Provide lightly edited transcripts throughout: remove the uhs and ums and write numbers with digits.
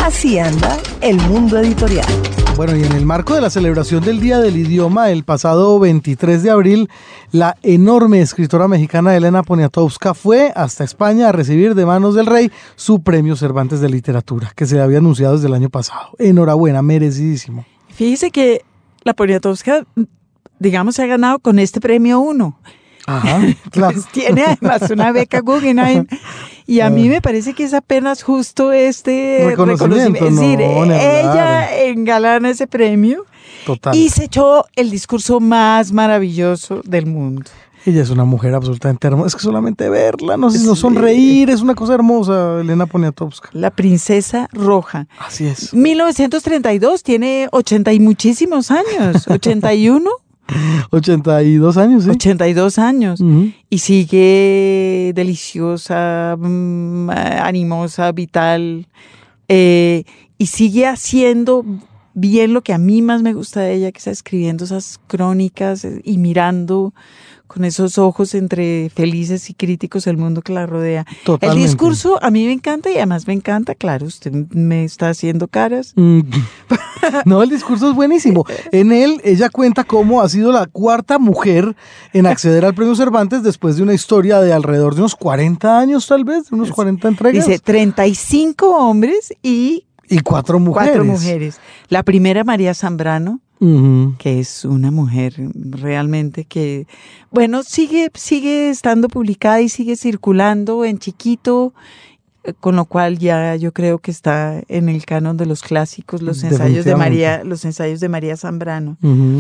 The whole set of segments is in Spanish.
Así anda el mundo editorial. Bueno, y en el marco de la celebración del Día del Idioma, el pasado 23 de abril, la enorme escritora mexicana Elena Poniatowska fue hasta España a recibir de manos del rey su premio Cervantes de Literatura, que se le había anunciado desde el año pasado. Enhorabuena, merecidísimo. Fíjese que la Poniatowska, digamos, se ha ganado con este premio uno. Ajá, claro. Pues tiene además una beca Guggenheim y a mí me parece que es apenas justo este reconocimiento. Es decir, ella engalana ese premio. Total. Y se echó el discurso más maravilloso del mundo. Ella es una mujer absolutamente hermosa. Es que solamente verla, no sonreír, es una cosa hermosa, Elena Poniatowska. La princesa roja. Así es. 1932, tiene 80 y muchísimos años. 81. 82 años, ¿sí? 82 años. Uh-huh. Y sigue deliciosa, animosa, vital. Y sigue haciendo bien lo que a mí más me gusta de ella, que está escribiendo esas crónicas y mirando con esos ojos entre felices y críticos el mundo que la rodea. Totalmente. El discurso a mí me encanta y además me encanta, claro, usted me está haciendo caras. No, el discurso es buenísimo. En él, ella cuenta cómo ha sido la cuarta mujer en acceder al premio Cervantes después de una historia de alrededor de unos 40 años, tal vez, de unos 40 entregas. Dice 35 hombres y 4 mujeres. 4 mujeres. La primera, María Zambrano, que es una mujer realmente que, bueno, sigue estando publicada y sigue circulando en chiquito, con lo cual ya yo creo que está en el canon de los clásicos, los ensayos de María Zambrano.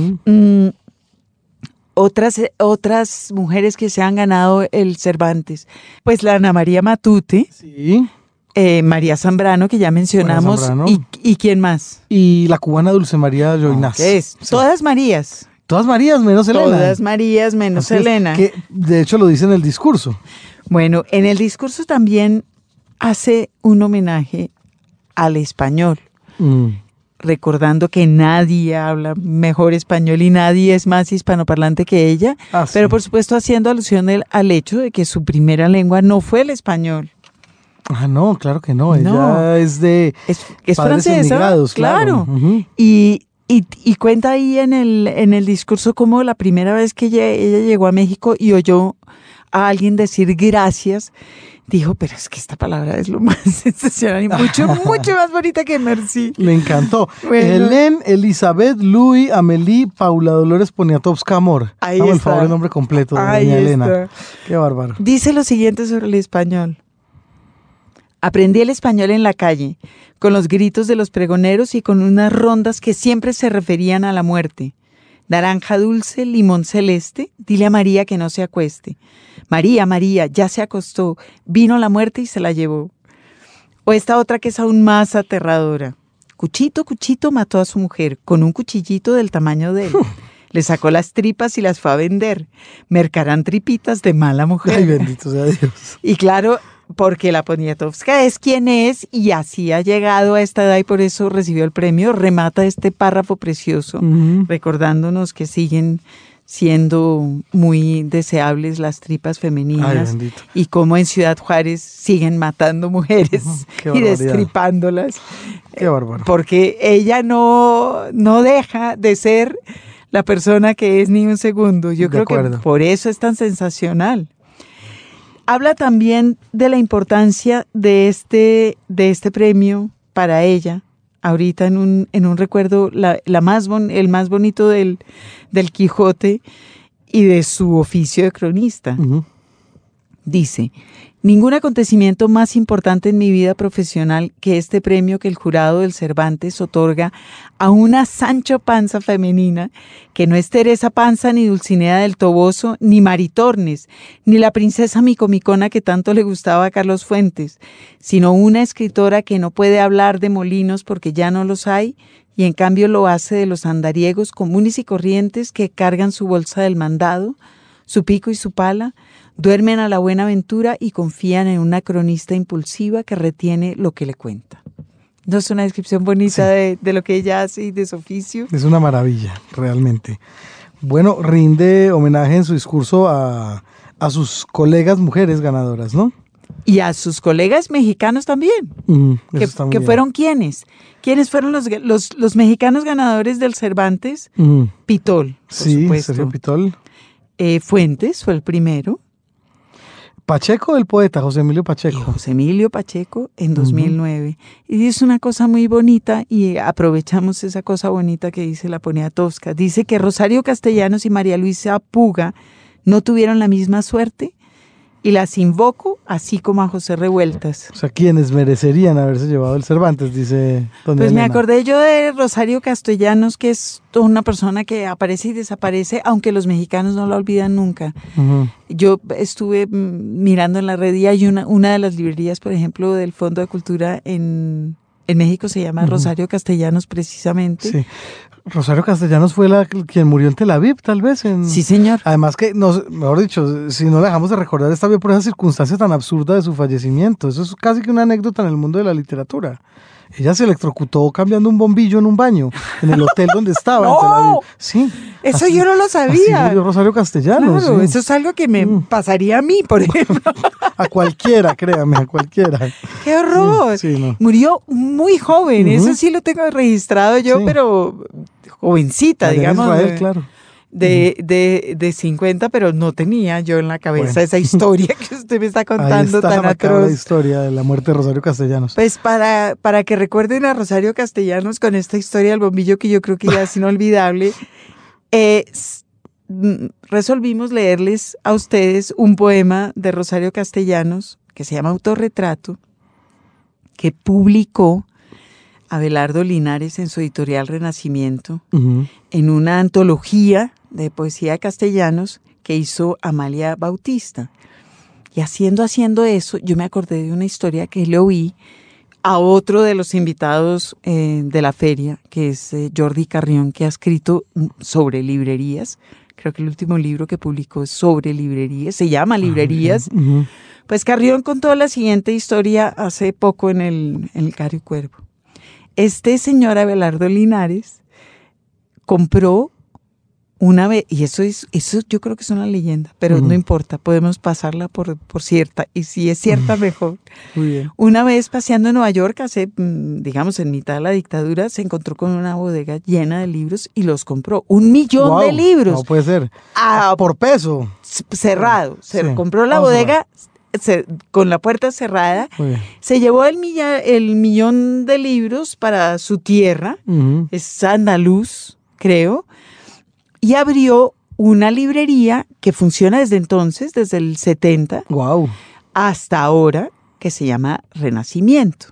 Otras mujeres que se han ganado el Cervantes, pues la Ana María Matute. Sí. María Zambrano, que ya mencionamos, ¿y quién más? Y la cubana Dulce María Joinás. ¿Qué es? Sí. Todas Marías. Todas Marías menos Elena. Todas Marías menos Así Elena. Es, que de hecho lo dice en el discurso. Bueno, en el discurso también hace un homenaje al español, recordando que nadie habla mejor español y nadie es más hispanoparlante que ella, pero por supuesto haciendo alusión al hecho de que su primera lengua no fue el español. Ah, no, claro que no. Ella es de es francesa, emigrados, claro. Uh-huh. Y cuenta ahí en el discurso cómo la primera vez que ella llegó a México y oyó a alguien decir gracias, dijo, pero es que esta palabra es lo más sensacional y mucho más bonita que merci. Me encantó. Bueno. Hélène Elizabeth Louis Amélie Paula Dolores Poniatowska Amor. Ahí Dame está. el favor el nombre completo de Ahí doña está. Elena. Qué bárbaro. Dice lo siguiente sobre el español. Aprendí el español en la calle, con los gritos de los pregoneros y con unas rondas que siempre se referían a la muerte. Naranja dulce, limón celeste, dile a María que no se acueste. María, María, ya se acostó, vino la muerte y se la llevó. O esta otra que es aún más aterradora. Cuchito, Cuchito mató a su mujer con un cuchillito del tamaño de él. Le sacó las tripas y las fue a vender. Mercarán tripitas de mala mujer. Ay, bendito sea Dios. Y claro, porque la Poniatowska es quien es y así ha llegado a esta edad y por eso recibió el premio, remata este párrafo precioso, recordándonos que siguen siendo muy deseables las tripas femeninas. Ay, y cómo en Ciudad Juárez siguen matando mujeres y destripándolas. Qué bárbaro. Porque ella no deja de ser la persona que es ni un segundo. Yo creo que por eso es tan sensacional. Habla también de la importancia de este premio para ella. Ahorita en un recuerdo, el más bonito del Quijote y de su oficio de cronista. Dice, ningún acontecimiento más importante en mi vida profesional que este premio que el jurado del Cervantes otorga a una Sancho Panza femenina, que no es Teresa Panza, ni Dulcinea del Toboso, ni Maritornes, ni la princesa Micomicona que tanto le gustaba a Carlos Fuentes, sino una escritora que no puede hablar de molinos porque ya no los hay, y en cambio lo hace de los andariegos comunes y corrientes que cargan su bolsa del mandado, su pico y su pala, duermen a la buena aventura y confían en una cronista impulsiva que retiene lo que le cuenta. ¿No es una descripción bonita de lo que ella hace y de su oficio? Es una maravilla, realmente. Bueno, rinde homenaje en su discurso a sus colegas mujeres ganadoras, ¿no? Y a sus colegas mexicanos también. Que fueron ¿quiénes? ¿Quiénes fueron los mexicanos ganadores del Cervantes? Pitol, por supuesto. Sergio Pitol. Fuentes fue el primero. Pacheco, el poeta, José Emilio Pacheco. Y José Emilio Pacheco en 2009. Y dice una cosa muy bonita, y aprovechamos esa cosa bonita que dice la Poniatowska. Dice que Rosario Castellanos y María Luisa Puga no tuvieron la misma suerte, y las invoco así como a José Revueltas. O sea, ¿quiénes merecerían haberse llevado el Cervantes? Dice doña Pues Elena. me acordé yo de Rosario Castellanos, que es toda una persona que aparece y desaparece, aunque los mexicanos no la olvidan nunca. Yo estuve mirando en la red y hay una de las librerías, por ejemplo, del Fondo de Cultura en México, se llama Rosario Castellanos precisamente. Sí. Rosario Castellanos fue quien murió en Tel Aviv, tal vez. Sí, señor. Además que, mejor dicho, si no le dejamos de recordar, está bien por esa circunstancia tan absurda de su fallecimiento. Eso es casi que una anécdota en el mundo de la literatura. Ella se electrocutó cambiando un bombillo en un baño, en el hotel donde estaba, en Tel Aviv. Sí. Eso yo no lo sabía. Así murió Rosario Castellanos. Claro, sí. eso es algo que me pasaría a mí, por ejemplo. A cualquiera, créame, a cualquiera. ¡Qué horror! Sí, no. Murió muy joven, eso sí lo tengo registrado yo, pero jovencita, Allá digamos. en Israel, claro. De 50, pero no tenía yo en la cabeza esa historia que usted me está contando. Ahí está tan la macabra atroz. historia de la muerte de Rosario Castellanos. Pues para que recuerden a Rosario Castellanos con esta historia del bombillo, que yo creo que ya es inolvidable, resolvimos leerles a ustedes un poema de Rosario Castellanos que se llama Autorretrato, que publicó Abelardo Linares en su editorial Renacimiento, en una antología de poesía de castellanos que hizo Amalia Bautista. Y haciendo eso, yo me acordé de una historia que le oí a otro de los invitados de la feria, que es Jordi Carrión, que ha escrito sobre librerías. Creo que el último libro que publicó es sobre librerías, se llama Librerías. Pues Carrión contó la siguiente historia hace poco en el Caro y Cuervo. Este señor Abelardo Linares compró una vez, y eso yo creo que es una leyenda, pero no importa, podemos pasarla por cierta, y si es cierta mejor. Muy bien. Una vez paseando en Nueva York, digamos en mitad de la dictadura, se encontró con una bodega llena de libros y los compró. 1 millón de libros. No puede ser. Por peso. Cerrado. Sí. Compró la bodega con la puerta cerrada. Se llevó el millón de libros para su tierra, es andaluz, creo, y abrió una librería que funciona desde entonces, desde el 70 hasta ahora, que se llama Renacimiento.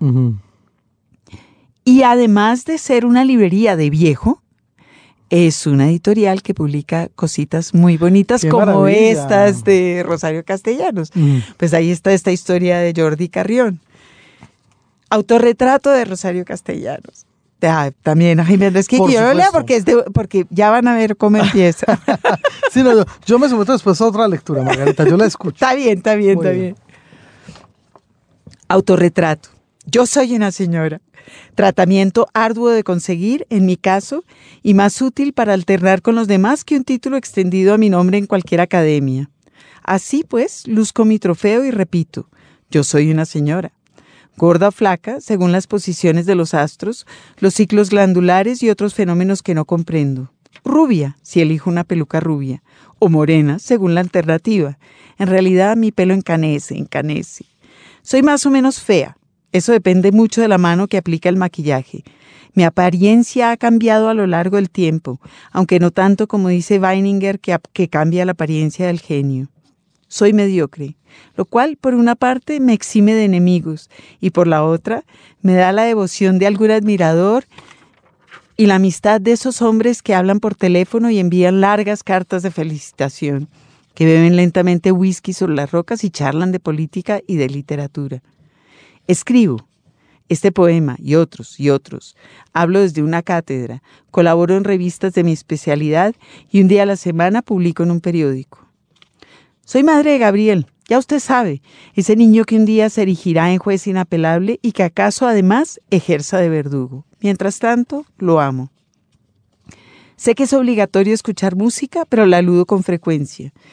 Y además de ser una librería de viejo, es una editorial que publica cositas muy bonitas. ¡Qué como maravilla! Estas de Rosario Castellanos. Pues ahí está esta historia de Jordi Carrión. Autorretrato de Rosario Castellanos. También, Jaime Andrés, que yo lo lea porque ya van a ver cómo empieza. Sí, no, yo me someto después a otra lectura, Margarita, yo la escucho. Está bien. Autorretrato. Yo soy una señora. Tratamiento arduo de conseguir, en mi caso, y más útil para alternar con los demás que un título extendido a mi nombre en cualquier academia. Así pues, luzco mi trofeo y repito, yo soy una señora. Gorda o flaca, según las posiciones de los astros, los ciclos glandulares y otros fenómenos que no comprendo. Rubia, si elijo una peluca rubia. O morena, según la alternativa. En realidad, mi pelo encanece. Soy más o menos fea. Eso depende mucho de la mano que aplica el maquillaje. Mi apariencia ha cambiado a lo largo del tiempo, aunque no tanto como dice Weininger que cambia la apariencia del genio. Soy mediocre, lo cual por una parte me exime de enemigos y por la otra me da la devoción de algún admirador y la amistad de esos hombres que hablan por teléfono y envían largas cartas de felicitación, que beben lentamente whisky sobre las rocas y charlan de política y de literatura. Escribo este poema y otros. Hablo desde una cátedra, colaboro en revistas de mi especialidad y un día a la semana publico en un periódico. Soy madre de Gabriel, ya usted sabe, ese niño que un día se erigirá en juez inapelable y que acaso además ejerza de verdugo. Mientras tanto, lo amo. Sé que es obligatorio escuchar música, pero la eludo con frecuencia.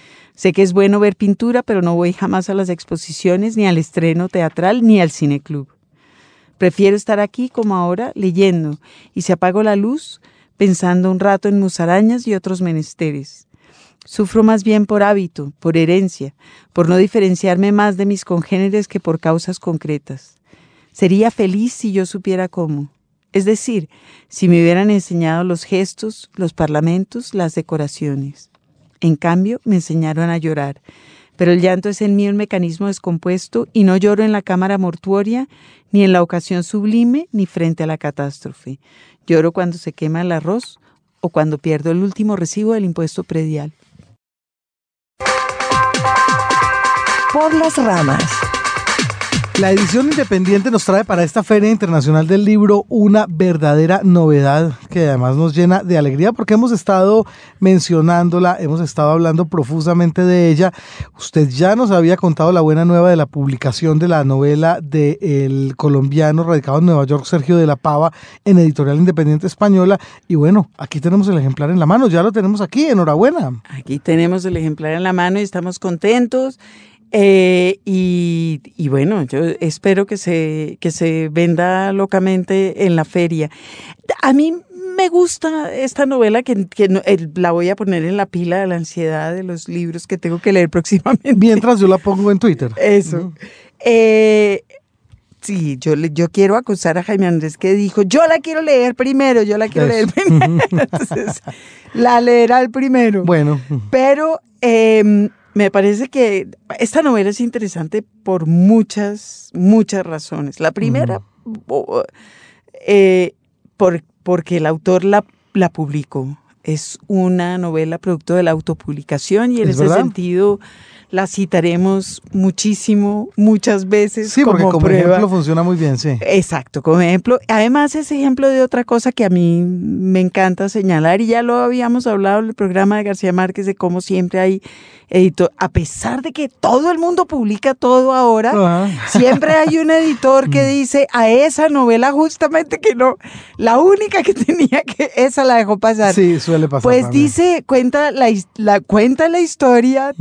Sé que es bueno ver pintura, pero no voy jamás a las exposiciones, ni al estreno teatral, ni al cineclub. Prefiero estar aquí como ahora, leyendo, y si apago la luz, pensando un rato en musarañas y otros menesteres. Sufro más bien por hábito, por herencia, por no diferenciarme más de mis congéneres que por causas concretas. Sería feliz si yo supiera cómo. Es decir, si me hubieran enseñado los gestos, los parlamentos, las decoraciones. En cambio, me enseñaron a llorar. Pero el llanto es en mí un mecanismo descompuesto y no lloro en la cámara mortuoria, ni en la ocasión sublime, ni frente a la catástrofe. Lloro cuando se quema el arroz o cuando pierdo el último recibo del impuesto predial. Por las ramas. La edición independiente nos trae para esta Feria Internacional del Libro una verdadera novedad que además nos llena de alegría porque hemos estado mencionándola, hemos estado hablando profusamente de ella. Usted ya nos había contado la buena nueva de la publicación de la novela del colombiano radicado en Nueva York, Sergio de la Pava, en Editorial Independiente Española. Y bueno, aquí tenemos el ejemplar en la mano, ya lo tenemos aquí, enhorabuena. Aquí tenemos el ejemplar en la mano y estamos contentos. Y bueno, yo espero que se venda locamente en la feria. A mí me gusta esta novela que la voy a poner en la pila de la ansiedad de los libros que tengo que leer próximamente. Mientras yo la pongo en Twitter. Eso. Sí, yo quiero acusar a Jaime Andrés que dijo, yo la quiero leer primero, Entonces, la leerá el primero. Bueno. Pero me parece que esta novela es interesante por muchas razones. La primera, porque el autor la publicó. Es una novela producto de la autopublicación y en ese sentido la citaremos muchísimo, muchas veces. Sí, porque como prueba. Ejemplo funciona muy bien, sí. Exacto, como ejemplo. Además es ejemplo de otra cosa que a mí me encanta señalar, y ya lo habíamos hablado en el programa de García Márquez, de cómo siempre hay editor, a pesar de que todo el mundo publica todo ahora, siempre hay un editor que dice a esa novela justamente que no, la única que tenía que, esa la dejó pasar. Sí, suele pasar. Pues dice, cuenta la historia,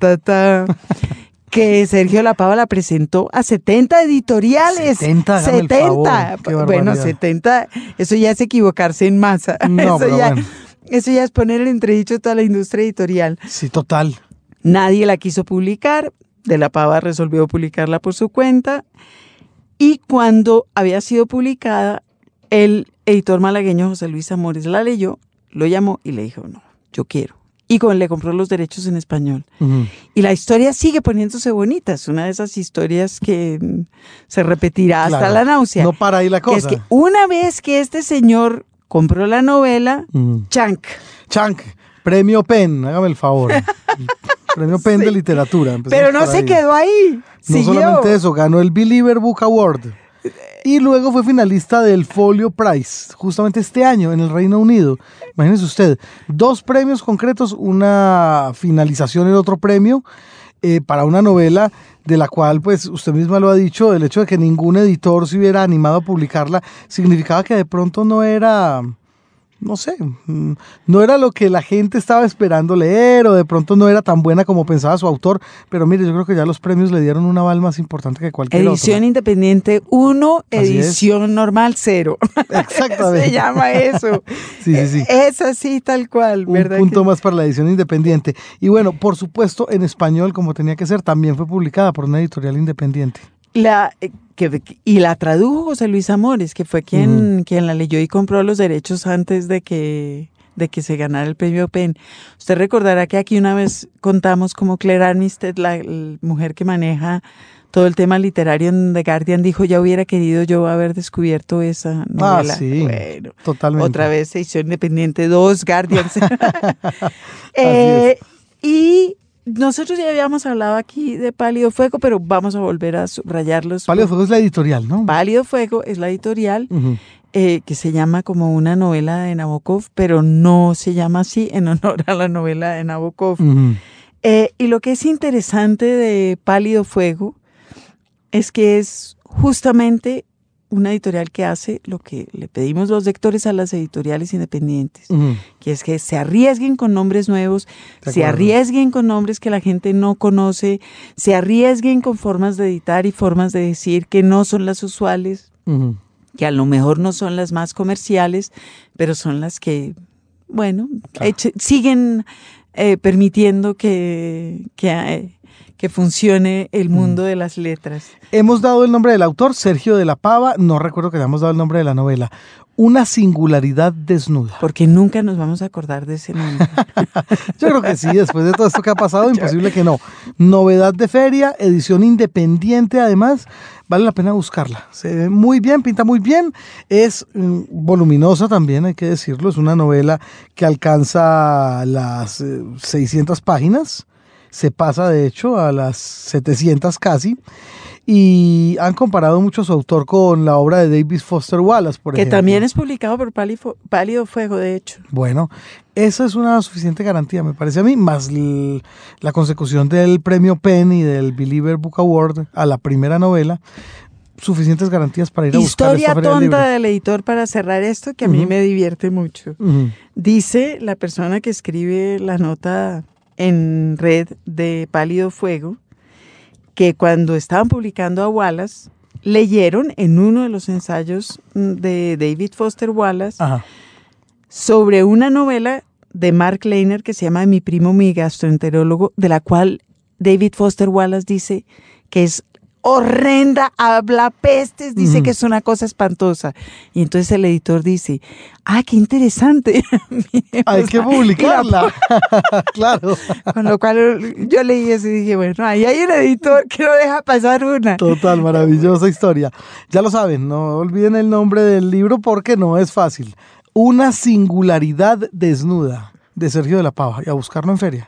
que Sergio La Pava la presentó a 70 editoriales. 70, 70. Bueno, 70, eso ya es equivocarse en masa. No, eso ya es poner en entredicho toda la industria editorial. Sí, total. Nadie la quiso publicar, De La Pava resolvió publicarla por su cuenta, y cuando había sido publicada, el editor malagueño José Luis Amores la leyó, lo llamó y le dijo, no, yo quiero. Y le compró los derechos en español. Uh-huh. Y la historia sigue poniéndose bonita. Es una de esas historias que se repetirá hasta la náusea. No para ahí la cosa. Es que una vez que este señor compró la novela, Chank, premio PEN, hágame el favor. Premio PEN de literatura. Pero no se quedó ahí. No solamente eso, ganó el Believer Book Award. Y luego fue finalista del Folio Prize, justamente este año en el Reino Unido. Imagínese usted, 2 premios concretos, una finalización en otro premio para una novela de la cual, pues, usted misma lo ha dicho, el hecho de que ningún editor se hubiera animado a publicarla significaba que de pronto no era... No sé, no era lo que la gente estaba esperando leer, o de pronto no era tan buena como pensaba su autor, pero mire, yo creo que ya los premios le dieron un aval más importante que cualquier otro. Edición independiente 1, edición normal 0. Exactamente. Se llama eso. Sí. Es así tal cual, ¿verdad? Un punto más para la edición independiente. Y bueno, por supuesto, en español, como tenía que ser, también fue publicada por una editorial independiente. Y la tradujo José Luis Amores, que fue quien la leyó y compró los derechos antes de que se ganara el premio PEN. Usted recordará que aquí una vez contamos cómo Claire Armistead, la mujer que maneja todo el tema literario en The Guardian, dijo, ya hubiera querido yo haber descubierto esa novela. Sí, bueno, totalmente. Otra vez edición independiente, 2 Guardians. Y nosotros ya habíamos hablado aquí de Pálido Fuego, pero vamos a volver a subrayarlos. Pálido Fuego es la editorial, ¿no? Pálido Fuego es la editorial, que se llama como una novela de Nabokov, pero no se llama así en honor a la novela de Nabokov. Y lo que es interesante de Pálido Fuego es que es justamente una editorial que hace lo que le pedimos los lectores a las editoriales independientes, que es que se arriesguen con nombres nuevos, se arriesguen con nombres que la gente no conoce, se arriesguen con formas de editar y formas de decir que no son las usuales, que a lo mejor no son las más comerciales, pero son las que, bueno, siguen permitiendo que funcione el mundo de las letras. Hemos dado el nombre del autor, Sergio de la Pava, no recuerdo que hayamos dado el nombre de la novela. Una singularidad desnuda. Porque nunca nos vamos a acordar de ese nombre. Yo creo que sí, después de todo esto que ha pasado, imposible que no. Novedad de feria, edición independiente además, vale la pena buscarla. Se ve muy bien, pinta muy bien, es voluminosa también, hay que decirlo, es una novela que alcanza las 600 páginas, se pasa de hecho a las 700 casi, y han comparado mucho su autor con la obra de David Foster Wallace, por ejemplo. Que también es publicado por Pálido Fuego, de hecho. Bueno, esa es una suficiente garantía, me parece a mí, más la consecución del premio PEN y del Believer Book Award a la primera novela, suficientes garantías para ir a buscar esta feria del libro. Historia tonta del editor para cerrar esto, que a mí me divierte mucho. Dice la persona que escribe la nota en red de Pálido Fuego, que cuando estaban publicando a Wallace, leyeron en uno de los ensayos de David Foster Wallace sobre una novela de Mark Lehner que se llama Mi primo, mi gastroenterólogo, de la cual David Foster Wallace dice que es horrenda, habla pestes, dice que es una cosa espantosa. Y entonces el editor dice, qué interesante. Hay que publicarla. Claro. Con lo cual yo leí eso y dije, bueno, ahí hay un editor que no deja pasar una. Total, maravillosa historia. Ya lo saben, no olviden el nombre del libro porque no es fácil. Una singularidad desnuda, de Sergio de la Pava, y a buscarlo en feria.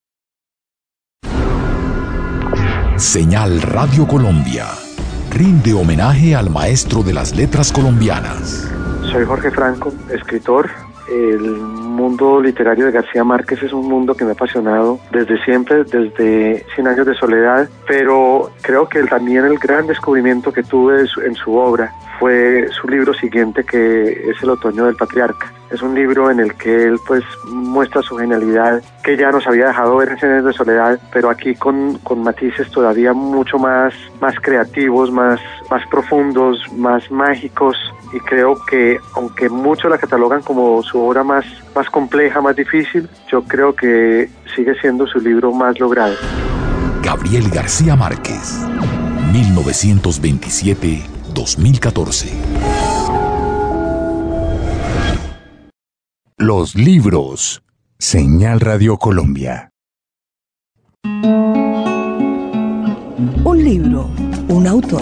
Señal Radio Colombia rinde homenaje al maestro de las letras colombianas. Soy Jorge Franco, escritor. El mundo literario de García Márquez es un mundo que me ha apasionado desde siempre, desde 100 años de soledad, pero creo que también el gran descubrimiento que tuve en su obra fue su libro siguiente, que es El otoño del patriarca. Es un libro en el que él pues muestra su genialidad, que ya nos había dejado ver en 100 años de soledad, pero aquí con matices todavía mucho más creativos, más profundos, más mágicos. Y creo que, aunque muchos la catalogan como su obra más compleja, más difícil, yo creo que sigue siendo su libro más logrado. Gabriel García Márquez, 1927-2014. Los libros. Señal Radio Colombia. Un libro, un autor.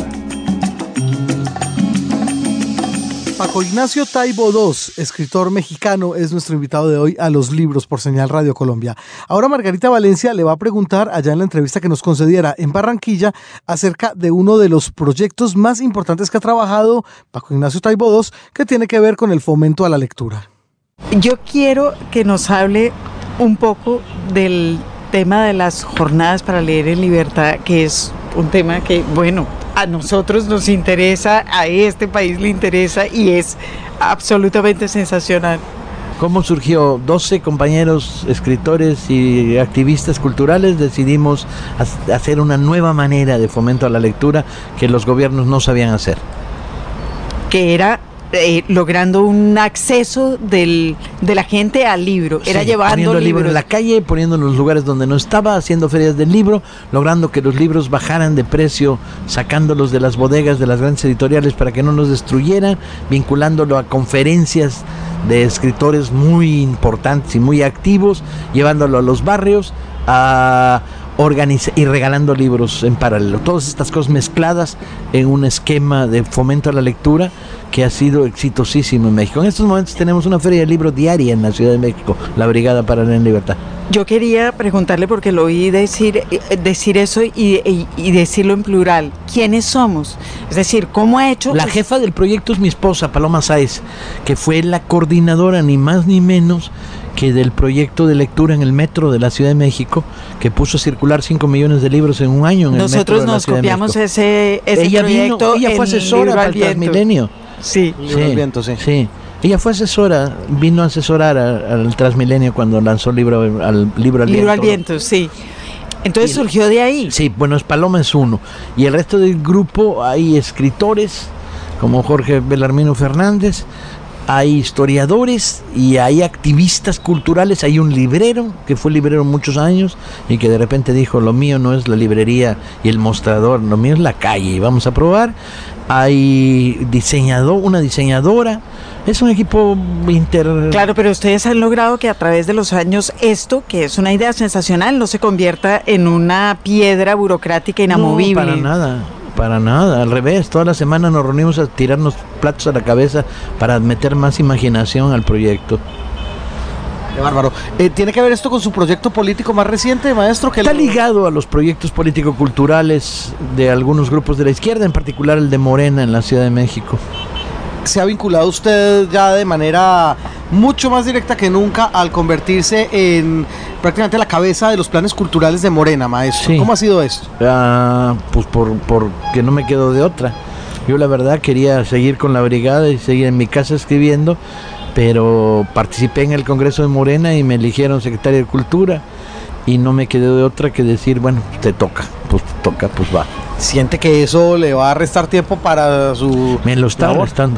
Paco Ignacio Taibo II, escritor mexicano, es nuestro invitado de hoy a Los Libros por Señal Radio Colombia. Ahora Margarita Valencia le va a preguntar allá en la entrevista que nos concediera en Barranquilla acerca de uno de los proyectos más importantes que ha trabajado Paco Ignacio Taibo II, que tiene que ver con el fomento a la lectura. Yo quiero que nos hable un poco del tema de las jornadas para leer en libertad, que es un tema que, bueno, a nosotros nos interesa, a este país le interesa y es absolutamente sensacional. ¿Cómo surgió? 12 compañeros escritores y activistas culturales decidimos hacer una nueva manera de fomento a la lectura que los gobiernos no sabían hacer. Que era logrando un acceso de la gente al libro, era llevando poniendo el libro en la calle, poniendo en los lugares donde no estaba, haciendo ferias del libro, logrando que los libros bajaran de precio, sacándolos de las bodegas de las grandes editoriales para que no los destruyeran, vinculándolo a conferencias de escritores muy importantes y muy activos, llevándolo a los barrios, y regalando libros en paralelo. Todas estas cosas mezcladas en un esquema de fomento a la lectura que ha sido exitosísimo en México. En estos momentos tenemos una feria de libros diaria en la Ciudad de México, la Brigada para Leer en Libertad. Yo quería preguntarle, porque lo oí decir eso y decirlo en plural. ¿Quiénes somos? Es decir, ¿cómo ha hecho? La jefa del proyecto es mi esposa, Paloma Sáez, que fue la coordinadora, ni más ni menos, que del proyecto de lectura en el metro de la Ciudad de México, que puso a circular 5 millones de libros en un año en el metro de la Ciudad de México. Nosotros nos copiamos ese proyecto. Ella fue asesora para el Transmilenio. Sí. Libro al Viento, sí. Sí. Ella fue asesora, vino a asesorar al Transmilenio cuando lanzó el libro al Viento, sí. Entonces surgió de ahí. Sí, bueno, Paloma es uno. Y el resto del grupo hay escritores como Jorge Belarmino Fernández, hay historiadores y hay activistas culturales. Hay un librero que fue librero muchos años y que de repente dijo: lo mío no es la librería y el mostrador, lo mío es la calle y vamos a probar. Hay una diseñadora. Es un equipo Claro, pero ustedes han logrado que a través de los años esto, que es una idea sensacional, no se convierta en una piedra burocrática inamovible. No, para nada, al revés. Toda la semana nos reunimos a tirarnos platos a la cabeza para meter más imaginación al proyecto. Qué bárbaro. ¿Tiene que ver esto con su proyecto político más reciente, maestro? Está ligado a los proyectos político-culturales de algunos grupos de la izquierda, en particular el de Morena en la Ciudad de México. Se ha vinculado usted ya de manera mucho más directa que nunca al convertirse en prácticamente la cabeza de los planes culturales de Morena, maestro. Sí. ¿Cómo ha sido esto? Pues porque no me quedo de otra. Yo la verdad quería seguir con la brigada y seguir en mi casa escribiendo, pero participé en el Congreso de Morena y me eligieron secretario de Cultura y no me quedé de otra que decir, bueno, te toca, pues va. ¿Siente que eso le va a restar tiempo para su Me lo está restando.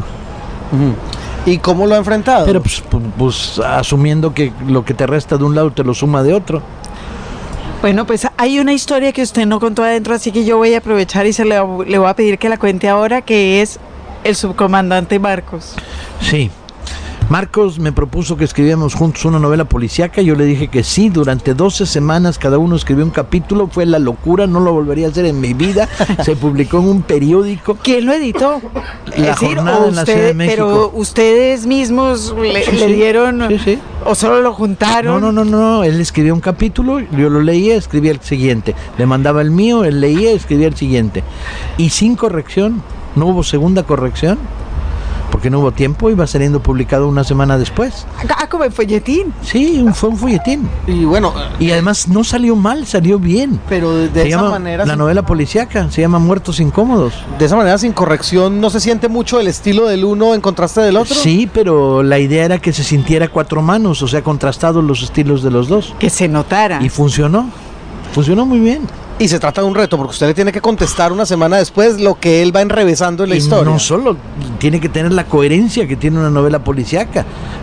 ¿Y cómo lo ha enfrentado? Pero pues asumiendo que lo que te resta de un lado te lo suma de otro. Bueno, pues hay una historia que usted no contó adentro, así que yo voy a aprovechar y le voy a pedir que la cuente ahora, que es el subcomandante Marcos. Sí. Marcos me propuso que escribiéramos juntos una novela policíaca. Yo le dije que sí. Durante 12 semanas cada uno escribió un capítulo. Fue la locura, no lo volvería a hacer en mi vida. Se publicó en un periódico. ¿Quién lo editó? La Jornada en la Ciudad de México. Pero ustedes mismos le dieron, sí. ¿O solo lo juntaron? No. Él escribía un capítulo, yo lo leía, escribía el siguiente. Le mandaba el mío, él leía, escribía el siguiente. Y sin corrección, no hubo segunda corrección. Porque no hubo tiempo, iba saliendo publicado una semana después. Como en folletín. Sí, fue un folletín. Y bueno, y además no salió mal, salió bien. Pero de esa manera... La novela policíaca se llama Muertos Incómodos. De esa manera, sin corrección, ¿no se siente mucho el estilo del uno en contraste del otro? Sí, pero la idea era que se sintiera cuatro manos, o sea, contrastados los estilos de los dos. Que se notara. Y funcionó muy bien. Y se trata de un reto, porque usted le tiene que contestar una semana después lo que él va enrevesando en la historia. No solo, tiene que tener la coherencia que tiene una novela policíaca.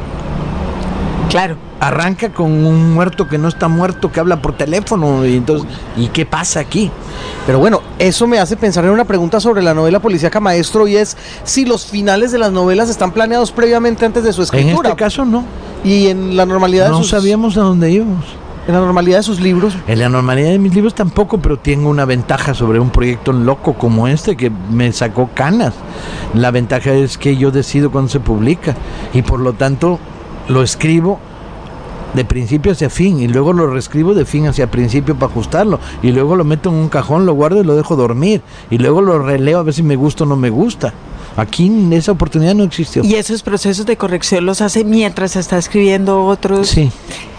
Claro. Arranca con un muerto que no está muerto, que habla por teléfono, y entonces, ¿y qué pasa aquí? Pero bueno, eso me hace pensar en una pregunta sobre la novela policíaca, maestro, y es si los finales de las novelas están planeados previamente antes de su escritura. En este caso no. Y en la normalidad no sabíamos a dónde íbamos. ¿En la normalidad de sus libros? En la normalidad de mis libros tampoco, pero tengo una ventaja sobre un proyecto loco como este que me sacó canas. La ventaja es que yo decido cuándo se publica y por lo tanto lo escribo de principio hacia fin y luego lo reescribo de fin hacia principio para ajustarlo y luego lo meto en un cajón, lo guardo y lo dejo dormir y luego lo releo a ver si me gusta o no me gusta. Aquí esa oportunidad no existió. ¿Y esos procesos de corrección los hace mientras está escribiendo otros? Sí.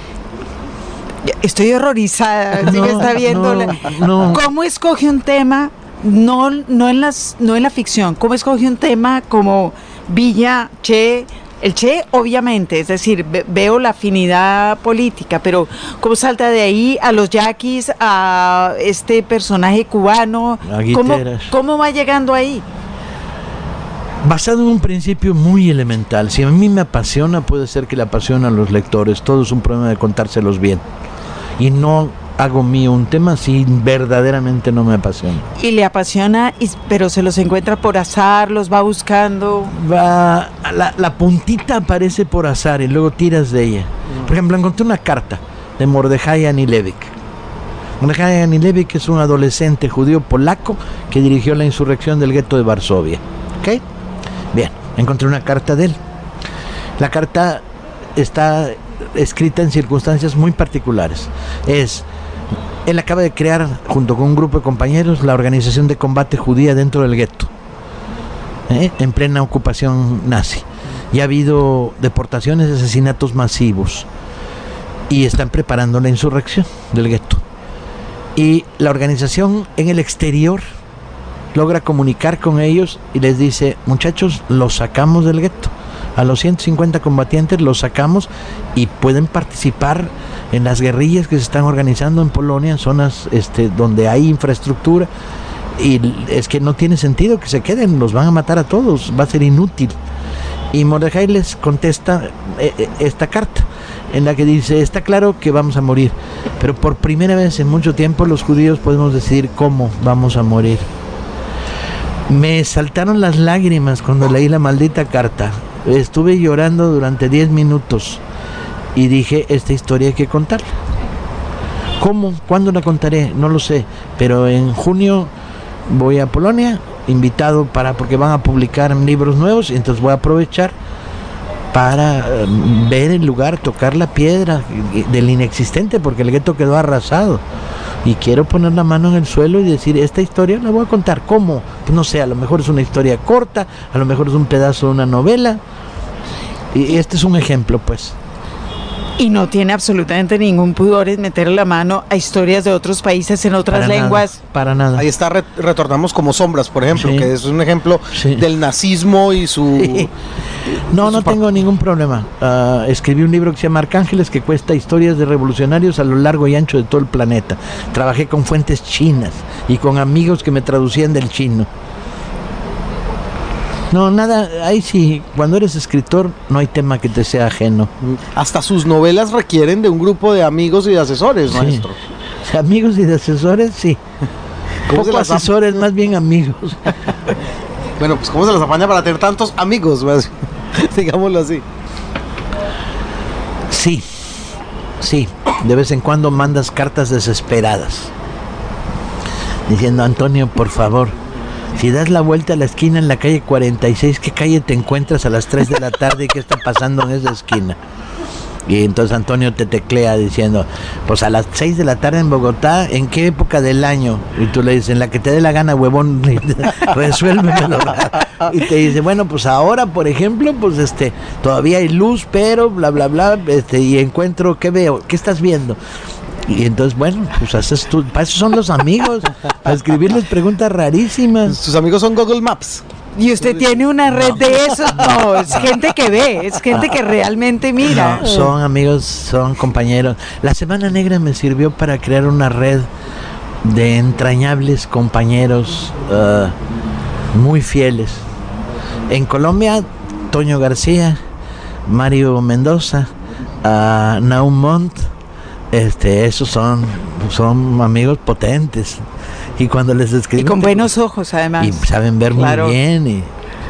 Estoy horrorizada, ¿sí me está viendo? No. ¿Cómo escoge un tema? No en la ficción. ¿Cómo escoge un tema como Villa, Che? El Che, obviamente, es decir, veo la afinidad política, pero ¿cómo salta de ahí a los yaquis, a este personaje cubano? ¿Cómo va llegando ahí? Basado en un principio muy elemental. Si a mí me apasiona, puede ser que le apasiona a los lectores. Todo es un problema de contárselos bien. Y no hago mío un tema si verdaderamente no me apasiona. Y le apasiona, pero se los encuentra por azar, los va buscando. La puntita aparece por azar y luego tiras de ella. Por ejemplo, encontré una carta de Mordechai Anilevic. Mordechai Anilevic es un adolescente judío polaco que dirigió la insurrección del gueto de Varsovia. ¿Ok? Bien, encontré una carta de él. La carta está escrita en circunstancias muy particulares. Él acaba de crear, junto con un grupo de compañeros, la organización de combate judía dentro del gueto, en plena ocupación nazi. Y ha habido deportaciones y asesinatos masivos. y están preparando la insurrección del gueto. Y la organización en el exterior logra comunicar con ellos y les dice: muchachos, los sacamos del gueto. A los 150 combatientes los sacamos y pueden participar en las guerrillas que se están organizando en Polonia, en zonas donde hay infraestructura, y es que no tiene sentido que se queden, los van a matar a todos, va a ser inútil. Y Mordejai les contesta esta carta en la que dice: está claro que vamos a morir, pero por primera vez en mucho tiempo los judíos podemos decidir cómo vamos a morir. Me saltaron las lágrimas cuando leí la maldita carta. Estuve llorando durante 10 minutos y dije: esta historia hay que contarla. ¿Cómo? ¿Cuándo la contaré? No lo sé, pero en junio voy a Polonia, invitado porque van a publicar libros nuevos, y entonces voy a aprovechar para ver el lugar, tocar la piedra del inexistente, porque el gueto quedó arrasado. Y quiero poner la mano en el suelo y decir: esta historia la voy a contar. ¿Cómo? Pues no sé, a lo mejor es una historia corta, a lo mejor es un pedazo de una novela. Y este es un ejemplo, pues. Y no tiene absolutamente ningún pudor en meter la mano a historias de otros países en otras lenguas. Para nada. Ahí está, retornamos como sombras, por ejemplo, sí, que es un ejemplo del nazismo y su... Sí. No tengo ningún problema. Escribí un libro que se llama Arcángeles, que cuesta historias de revolucionarios a lo largo y ancho de todo el planeta. Trabajé con fuentes chinas y con amigos que me traducían del chino. No, nada, ahí sí, cuando eres escritor no hay tema que te sea ajeno. Hasta sus novelas requieren de un grupo de amigos y de asesores, maestro. Sí. Amigos y de asesores, sí. Poco asesores, más bien amigos. Bueno, pues ¿cómo se las apaña para tener tantos amigos? Digámoslo así. Sí, de vez en cuando mandas cartas desesperadas diciendo: Antonio, por favor, si das la vuelta a la esquina en la calle 46, ¿qué calle te encuentras a las 3 de la tarde y qué está pasando en esa esquina? Y entonces Antonio te teclea diciendo: pues a las 6 de la tarde en Bogotá, ¿en qué época del año? Y tú le dices: en la que te dé la gana, huevón, resuélvemelo. Y te dice: bueno, pues ahora, por ejemplo, pues todavía hay luz, pero bla, bla, bla, y encuentro, ¿qué veo? ¿Qué estás viendo? Y entonces, bueno, pues haces tú, para eso son los amigos, para escribirles preguntas rarísimas. Sus amigos son Google Maps. Y usted tiene una red de esos. No, es gente que ve, es gente que realmente mira. No, son amigos, son compañeros. La Semana Negra me sirvió para crear una red de entrañables compañeros muy fieles. En Colombia, Toño García, Mario Mendoza, Nahum Montt, esos son amigos potentes. Y cuando les escriben, y con buenos ojos, además. Y saben ver muy bien. Y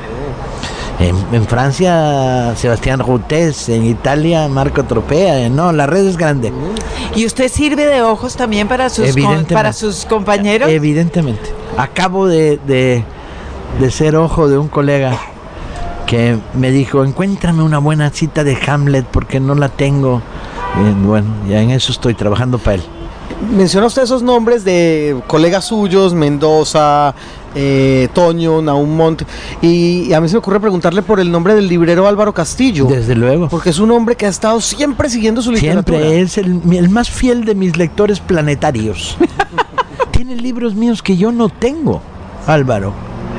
en Francia, Sebastián Routés. En Italia, Marco Tropea. No, la red es grande. ¿Y usted sirve de ojos también para sus compañeros? Evidentemente. Acabo de ser ojo de un colega que me dijo: encuéntrame una buena cita de Hamlet porque no la tengo. Y bueno, ya en eso estoy trabajando para él. Menciona usted esos nombres de colegas suyos: Mendoza, Toño, Nahum Montt, y a mí se me ocurre preguntarle por el nombre del librero Álvaro Castillo. Desde luego. Porque es un hombre que ha estado siempre siguiendo su literatura. Siempre, es el más fiel de mis lectores planetarios. Tiene libros míos que yo no tengo, Álvaro.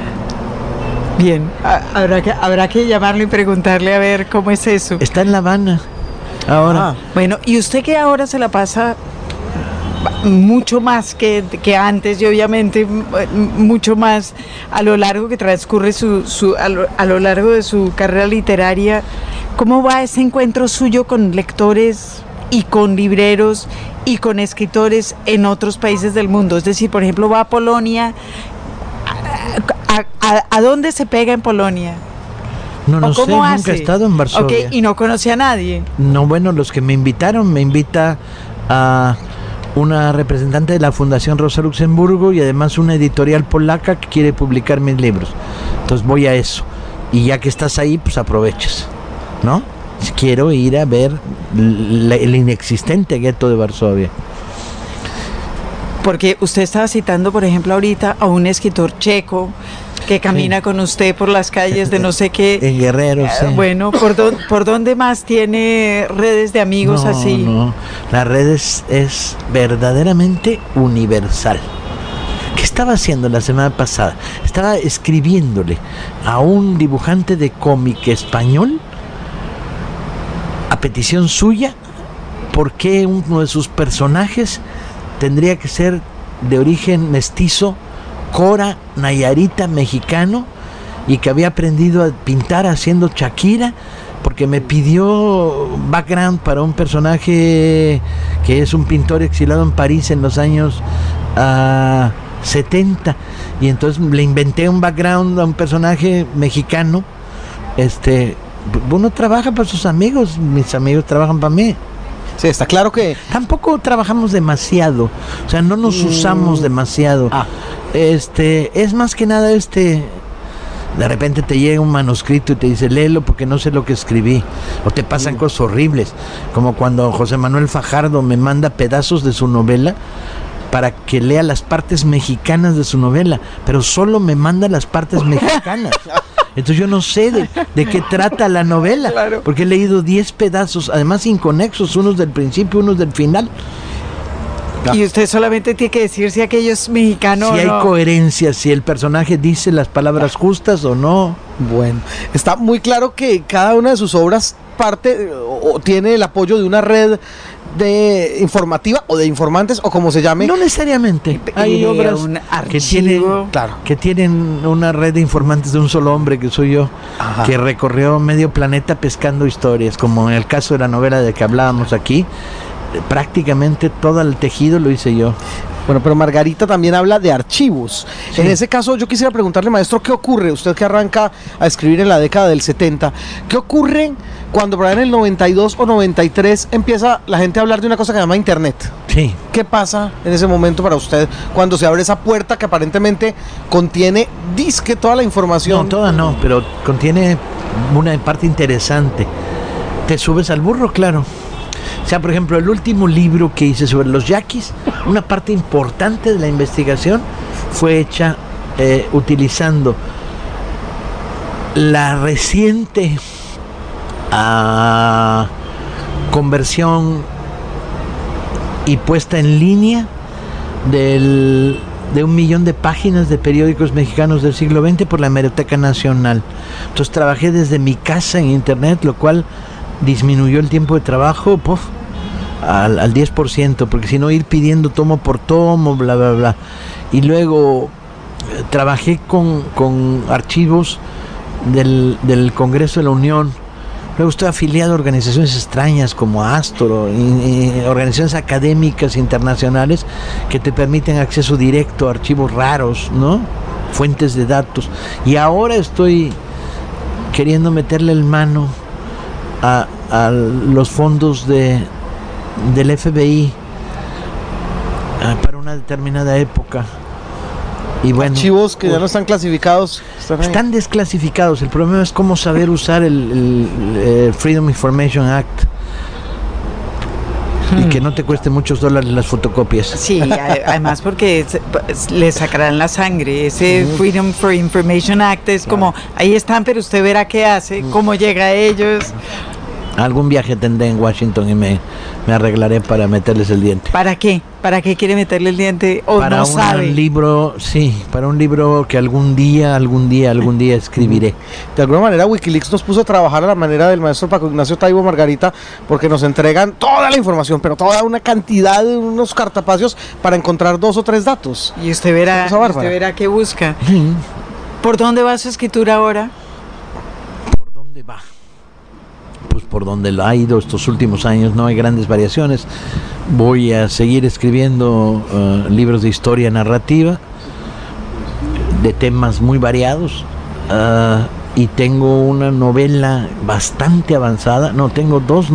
Bien, habrá que llamarlo y preguntarle a ver cómo es eso. Está en La Habana ahora. Bueno, y usted que ahora se la pasa mucho más que antes, y obviamente mucho más a lo largo que transcurre a lo largo de su carrera literaria, ¿cómo va ese encuentro suyo con lectores y con libreros y con escritores en otros países del mundo? Es decir, por ejemplo, va a Polonia. ¿A dónde se pega en Polonia? No sé, nunca he estado en Varsovia. Y no conocí a nadie. No, bueno, los que me invita a una representante de la Fundación Rosa Luxemburgo y además una editorial polaca que quiere publicar mis libros. Entonces voy a eso. Y ya que estás ahí, pues aprovechas, ¿no? Quiero ir a ver el inexistente gueto de Varsovia. Porque usted estaba citando, por ejemplo, ahorita a un escritor checo que camina con usted por las calles de no sé qué. En Guerrero, sí. Bueno, ¿por dónde más tiene redes de amigos así? No, la red es verdaderamente universal. ¿Qué estaba haciendo la semana pasada? Estaba escribiéndole a un dibujante de cómic español, a petición suya, por qué uno de sus personajes tendría que ser de origen mestizo, cora, nayarita, mexicano, y que había aprendido a pintar haciendo Shakira, porque me pidió background para un personaje que es un pintor exilado en París en los años 70, y entonces le inventé un background a un personaje mexicano. Uno trabaja para sus amigos, mis amigos trabajan para mí. Sí, está claro que tampoco trabajamos demasiado, o sea, no nos usamos demasiado. Es más que nada de repente te llega un manuscrito y te dice, léelo porque no sé lo que escribí, o te pasan cosas horribles, como cuando José Manuel Fajardo me manda pedazos de su novela para que lea las partes mexicanas de su novela, pero solo me manda las partes mexicanas. Entonces yo no sé de qué trata la novela, claro, porque he leído 10 pedazos, además inconexos, unos del principio, unos del final. Y usted solamente tiene que decir si aquello es mexicano si o no. Si hay coherencia, si el personaje dice las palabras justas o no. Bueno, está muy claro que cada una de sus obras parte o tiene el apoyo de una red de informativa o de informantes o como se llame. No necesariamente. Hay obras que tienen una red de informantes de un solo hombre, que soy yo. Ajá. Que recorrió medio planeta pescando historias, como en el caso de la novela de que hablábamos aquí. Prácticamente todo el tejido lo hice yo. Bueno, pero Margarita también habla de archivos. Sí. En ese caso yo quisiera preguntarle, maestro, ¿qué ocurre? Usted que arranca a escribir en la década del 70, ¿qué ocurre cuando por ahí en el 92 o 93 empieza la gente a hablar de una cosa que se llama Internet? Sí. ¿Qué pasa en ese momento para usted cuando se abre esa puerta que aparentemente contiene disque toda la información? No, toda no, pero contiene una parte interesante. Te subes al burro, claro. O sea, por ejemplo, el último libro que hice sobre los yaquis, una parte importante de la investigación fue hecha utilizando la reciente conversión y puesta en línea de 1 millón de páginas de periódicos mexicanos del siglo XX por la Hemeroteca Nacional. Entonces trabajé desde mi casa en internet, lo cual disminuyó el tiempo de trabajo al 10%, porque si no ir pidiendo tomo por tomo, bla, bla, bla. Y luego trabajé con archivos del Congreso de la Unión. Luego estoy afiliado a organizaciones extrañas como Astor, organizaciones académicas internacionales que te permiten acceso directo a archivos raros, ¿no? Fuentes de datos. Y ahora estoy queriendo meterle el mano a los fondos del FBI para una determinada época. Y bueno, archivos que ya no están clasificados. Están desclasificados. El problema es cómo saber usar el Freedom Information Act. Y que no te cueste muchos dólares las fotocopias. Sí, además porque le sacarán la sangre. Ese Freedom for Information Act es como, ahí están, pero usted verá qué hace, cómo llega a ellos. Algún viaje tendré en Washington y me arreglaré para meterles el diente. ¿Para qué? ¿Para qué quiere meterle el diente? ¿O para no sabe? Un libro, sí, para un libro que algún día escribiré. De alguna manera Wikileaks nos puso a trabajar a la manera del maestro Paco Ignacio Taibo, Margarita, porque nos entregan toda la información, pero toda una cantidad de unos cartapacios para encontrar 2 o 3 datos. Y usted verá qué busca. ¿Por dónde va su escritura ahora? ¿Por dónde va? Pues por donde lo ha ido estos últimos años, no hay grandes variaciones. Voy a seguir escribiendo libros de historia narrativa de temas muy variados, y tengo una novela bastante avanzada, tengo 3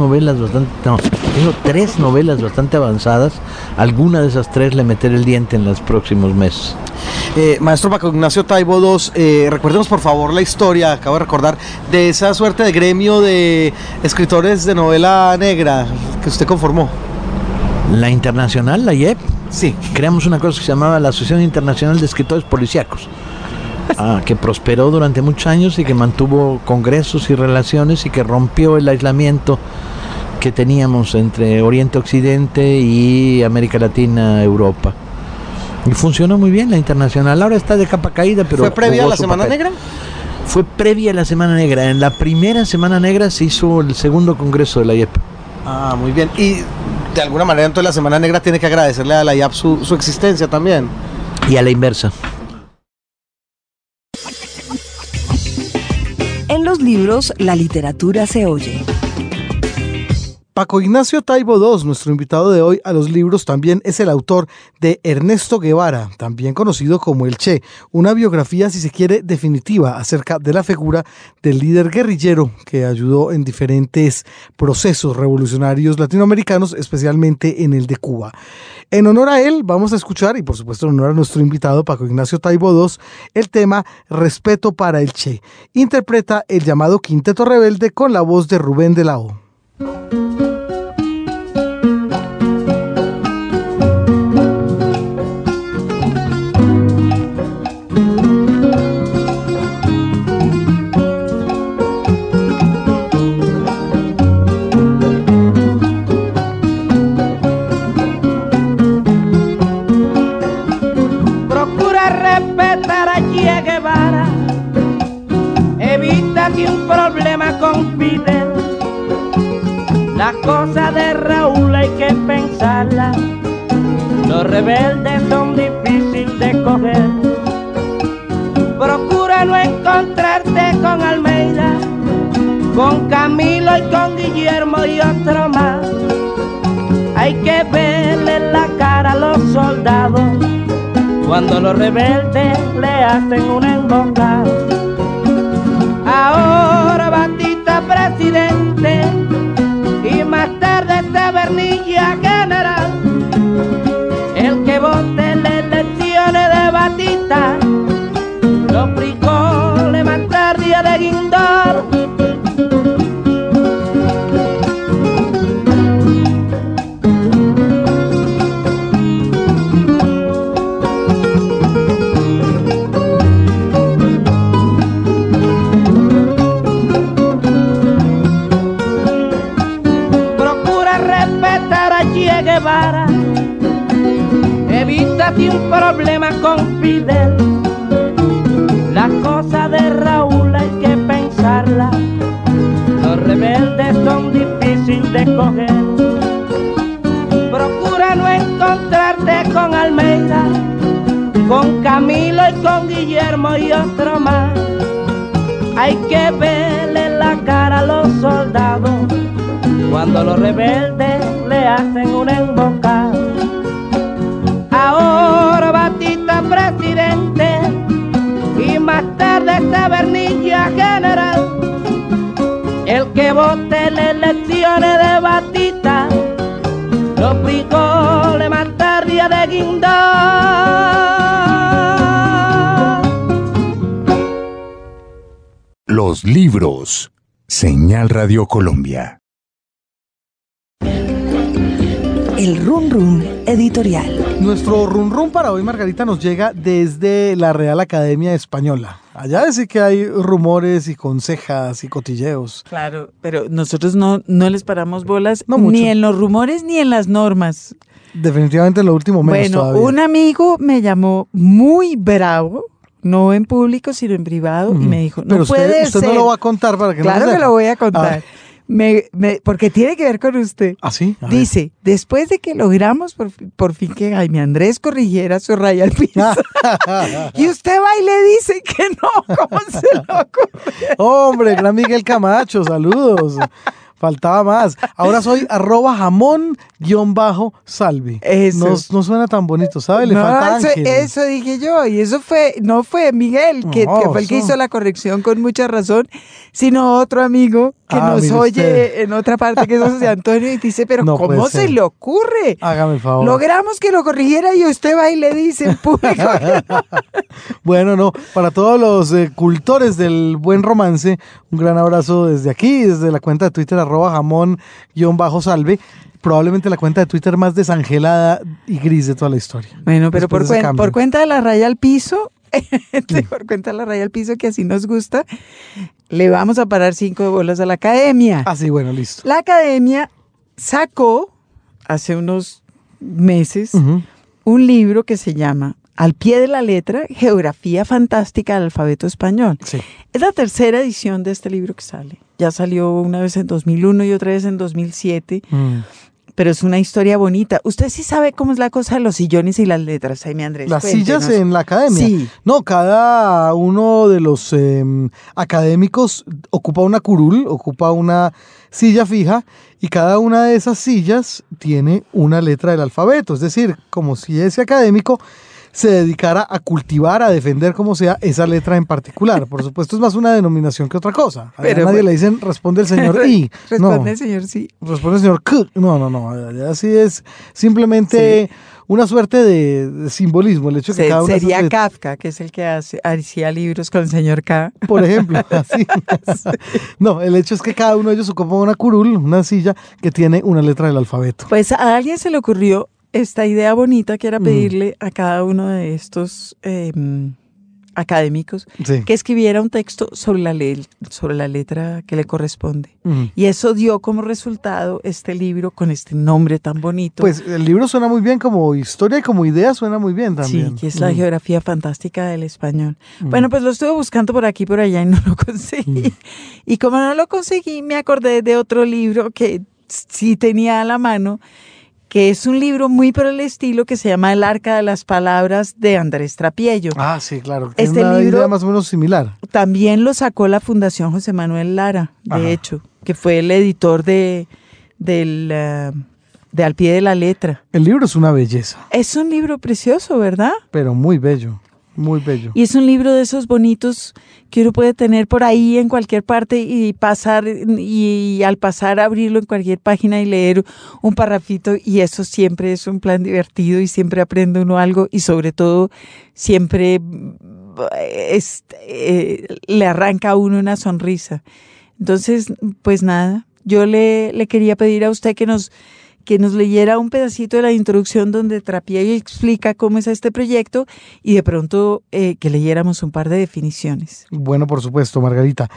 novelas bastante avanzadas. Alguna de esas 3 le meteré el diente en los próximos meses. Maestro Paco Ignacio Taibo II, recuérdenos por favor la historia, acabo de recordar, de esa suerte de gremio de escritores de novela negra que usted conformó. La Internacional, la IEP. Sí. Creamos una cosa que se llamaba la Asociación Internacional de Escritores Policíacos. Que prosperó durante muchos años y que mantuvo congresos y relaciones y que rompió el aislamiento que teníamos entre Oriente, Occidente y América Latina, Europa. Y funcionó muy bien la internacional. Ahora está de capa caída, pero ¿fue previa a la Semana Negra? Fue previa a la Semana Negra. En la primera Semana Negra se hizo el segundo congreso de la IEP. Muy bien. Y de alguna manera entonces la Semana Negra tiene que agradecerle a la IAP su existencia también. Y a la inversa. En los libros, la literatura se oye. Paco Ignacio Taibo II, nuestro invitado de hoy a los libros, también es el autor de Ernesto Guevara, también conocido como El Che, una biografía, si se quiere, definitiva acerca de la figura del líder guerrillero que ayudó en diferentes procesos revolucionarios latinoamericanos, especialmente en el de Cuba. En honor a él, vamos a escuchar, y por supuesto en honor a nuestro invitado Paco Ignacio Taibo II, el tema Respeto para el Che. Interpreta el llamado Quinteto Rebelde con la voz de Rubén de la O. Las cosas de Raúl hay que pensarlas, los rebeldes son difíciles de coger. Procura no encontrarte con Almeida, con Camilo y con Guillermo y otro más. Hay que verle la cara a los soldados cuando los rebeldes le hacen una emboscada. Ahora Batista presidente y más tarde Tabernilla general. El que vote las elecciones de Batista, los frijoles más tardía de guindar. Guevara, evítate un problema con Fidel. Las cosas de Raúl hay que pensarlas, los rebeldes son difíciles de coger. Procura no encontrarte con Almeida, con Camilo y con Guillermo y otro más. Hay que verle la cara a los soldados cuando los rebeldes le hacen una emboscada. Ahora Batista presidente y más tarde Tabernilla general. El que vote las elecciones de Batista, los frijoles más tardía de guindar. Los libros. Señal Radio Colombia. El Run Run editorial. Nuestro Run Run para hoy, Margarita, nos llega desde la Real Academia Española. Allá sí que hay rumores y consejas y cotilleos. Claro, pero nosotros no les paramos bolas mucho. Ni en los rumores ni en las normas. Definitivamente en lo último menos todavía. Un amigo me llamó muy bravo, no en público sino en privado, y me dijo, pero usted no lo va a contar para que Claro no que lo voy a contar. Porque tiene que ver con usted. ¿Ah, sí? Dice, después de que logramos por fin que Jaime Andrés corrigiera su raya al piso, y usted va y le dice que no, ¿cómo se lo ocurre? Hombre, gran Miguel Camacho, saludos. Faltaba más. Ahora soy @jamón_salvi. Eso. No suena tan bonito, ¿sabe? Le falta Ángel. Eso dije yo. Y eso no fue Miguel, que fue el que hizo la corrección con mucha razón, sino otro amigo que nos oye usted en otra parte, que es José Antonio, y dice, pero no ¿cómo se le ocurre? Hágame el favor. Logramos que lo corrigiera y usted va y le dice en público. Bueno, no. Para todos los cultores del buen romance, un gran abrazo desde aquí, desde la cuenta de Twitter, @jamón_salve, probablemente la cuenta de Twitter más desangelada y gris de toda la historia. Bueno, pero por cuenta de la raya al piso, Mejor cuenta la raya al piso, que así nos gusta. Le vamos a parar 5 bolas a la academia. Ah, sí, bueno, listo. La academia sacó hace unos meses un libro que se llama Al pie de la letra, Geografía Fantástica del Alfabeto Español. Sí. Es la tercera edición de este libro que sale. Ya salió una vez en 2001 y otra vez en 2007. Pero es una historia bonita. Usted sí sabe cómo es la cosa de los sillones y las letras, Jaime Andrés. Las Cuéntenos. sillas en la academia. Sí. No, cada uno de los académicos ocupa una curul, ocupa una silla fija, y cada una de esas sillas tiene una letra del alfabeto. Es decir, como si ese académico se dedicara a cultivar, a defender como sea esa letra en particular. Por supuesto, es más una denominación que otra cosa. A nadie le dicen responde el señor I. Responde el señor sí. Responde el señor K. No. Así es simplemente una suerte de simbolismo. El hecho de que cada sería Kafka, que es el que hacía libros con el señor K. Por ejemplo, así. No, el hecho es que cada uno de ellos ocupa una curul, una silla que tiene una letra del alfabeto. Pues a alguien se le ocurrió esta idea bonita, que era pedirle a cada uno de estos académicos que escribiera un texto sobre la letra que le corresponde. Y eso dio como resultado este libro con este nombre tan bonito. Pues el libro suena muy bien como historia y como idea suena muy bien también. Sí, que es la geografía fantástica del español. Bueno, pues lo estuve buscando por aquí y por allá y no lo conseguí. Y como no lo conseguí, me acordé de otro libro que sí tenía a la mano, que es un libro muy por el estilo, que se llama El Arca de las Palabras, de Andrés Trapiello. Ah, sí, claro. Este una libro idea más o menos similar. También lo sacó la Fundación José Manuel Lara, de hecho, que fue el editor de Al pie de la letra. El libro es una belleza. Es un libro precioso, ¿verdad? Pero muy bello. Muy bello. Y es un libro de esos bonitos que uno puede tener por ahí en cualquier parte y pasar, y al pasar abrirlo en cualquier página y leer un parrafito, y eso siempre es un plan divertido y siempre aprende uno algo, y sobre todo siempre le arranca a uno una sonrisa. Entonces, pues nada, yo le quería pedir a usted que nos leyera un pedacito de la introducción donde Trapiello explica cómo es este proyecto, y de pronto que leyéramos un par de definiciones. Bueno, por supuesto, Margarita.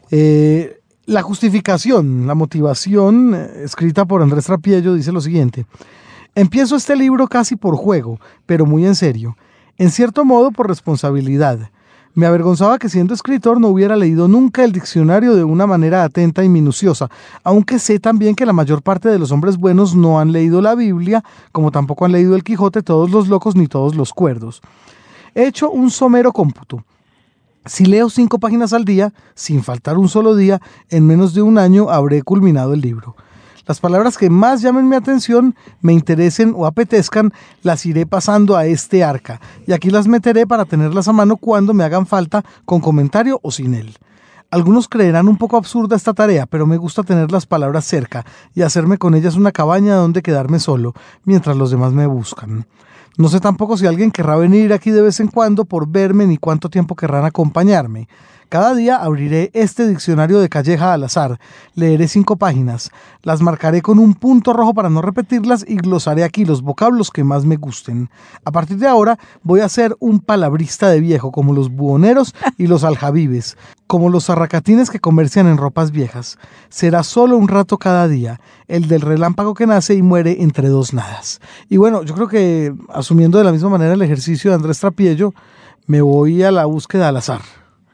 La justificación, la motivación escrita por Andrés Trapiello dice lo siguiente: empiezo este libro casi por juego, pero muy en serio, en cierto modo por responsabilidad. Me avergonzaba que siendo escritor no hubiera leído nunca el diccionario de una manera atenta y minuciosa, aunque sé también que la mayor parte de los hombres buenos no han leído la Biblia, como tampoco han leído el Quijote todos los locos ni todos los cuerdos. He hecho un somero cómputo. Si leo 5 páginas al día, sin faltar un solo día, en menos de un año habré culminado el libro. Las palabras que más llamen mi atención, me interesen o apetezcan, las iré pasando a este arca, y aquí las meteré para tenerlas a mano cuando me hagan falta, con comentario o sin él. Algunos creerán un poco absurda esta tarea, pero me gusta tener las palabras cerca y hacerme con ellas una cabaña donde quedarme solo, mientras los demás me buscan. No sé tampoco si alguien querrá venir aquí de vez en cuando por verme, ni cuánto tiempo querrán acompañarme. Cada día abriré este diccionario de Calleja al azar, leeré 5 páginas, las marcaré con un punto rojo para no repetirlas y glosaré aquí los vocablos que más me gusten. A partir de ahora voy a ser un palabrista de viejo, como los buhoneros y los aljabibes, como los zarracatines que comercian en ropas viejas. Será solo un rato cada día, el del relámpago que nace y muere entre 2 nadas. Y bueno, yo creo que asumiendo de la misma manera el ejercicio de Andrés Trapiello, me voy a la búsqueda al azar.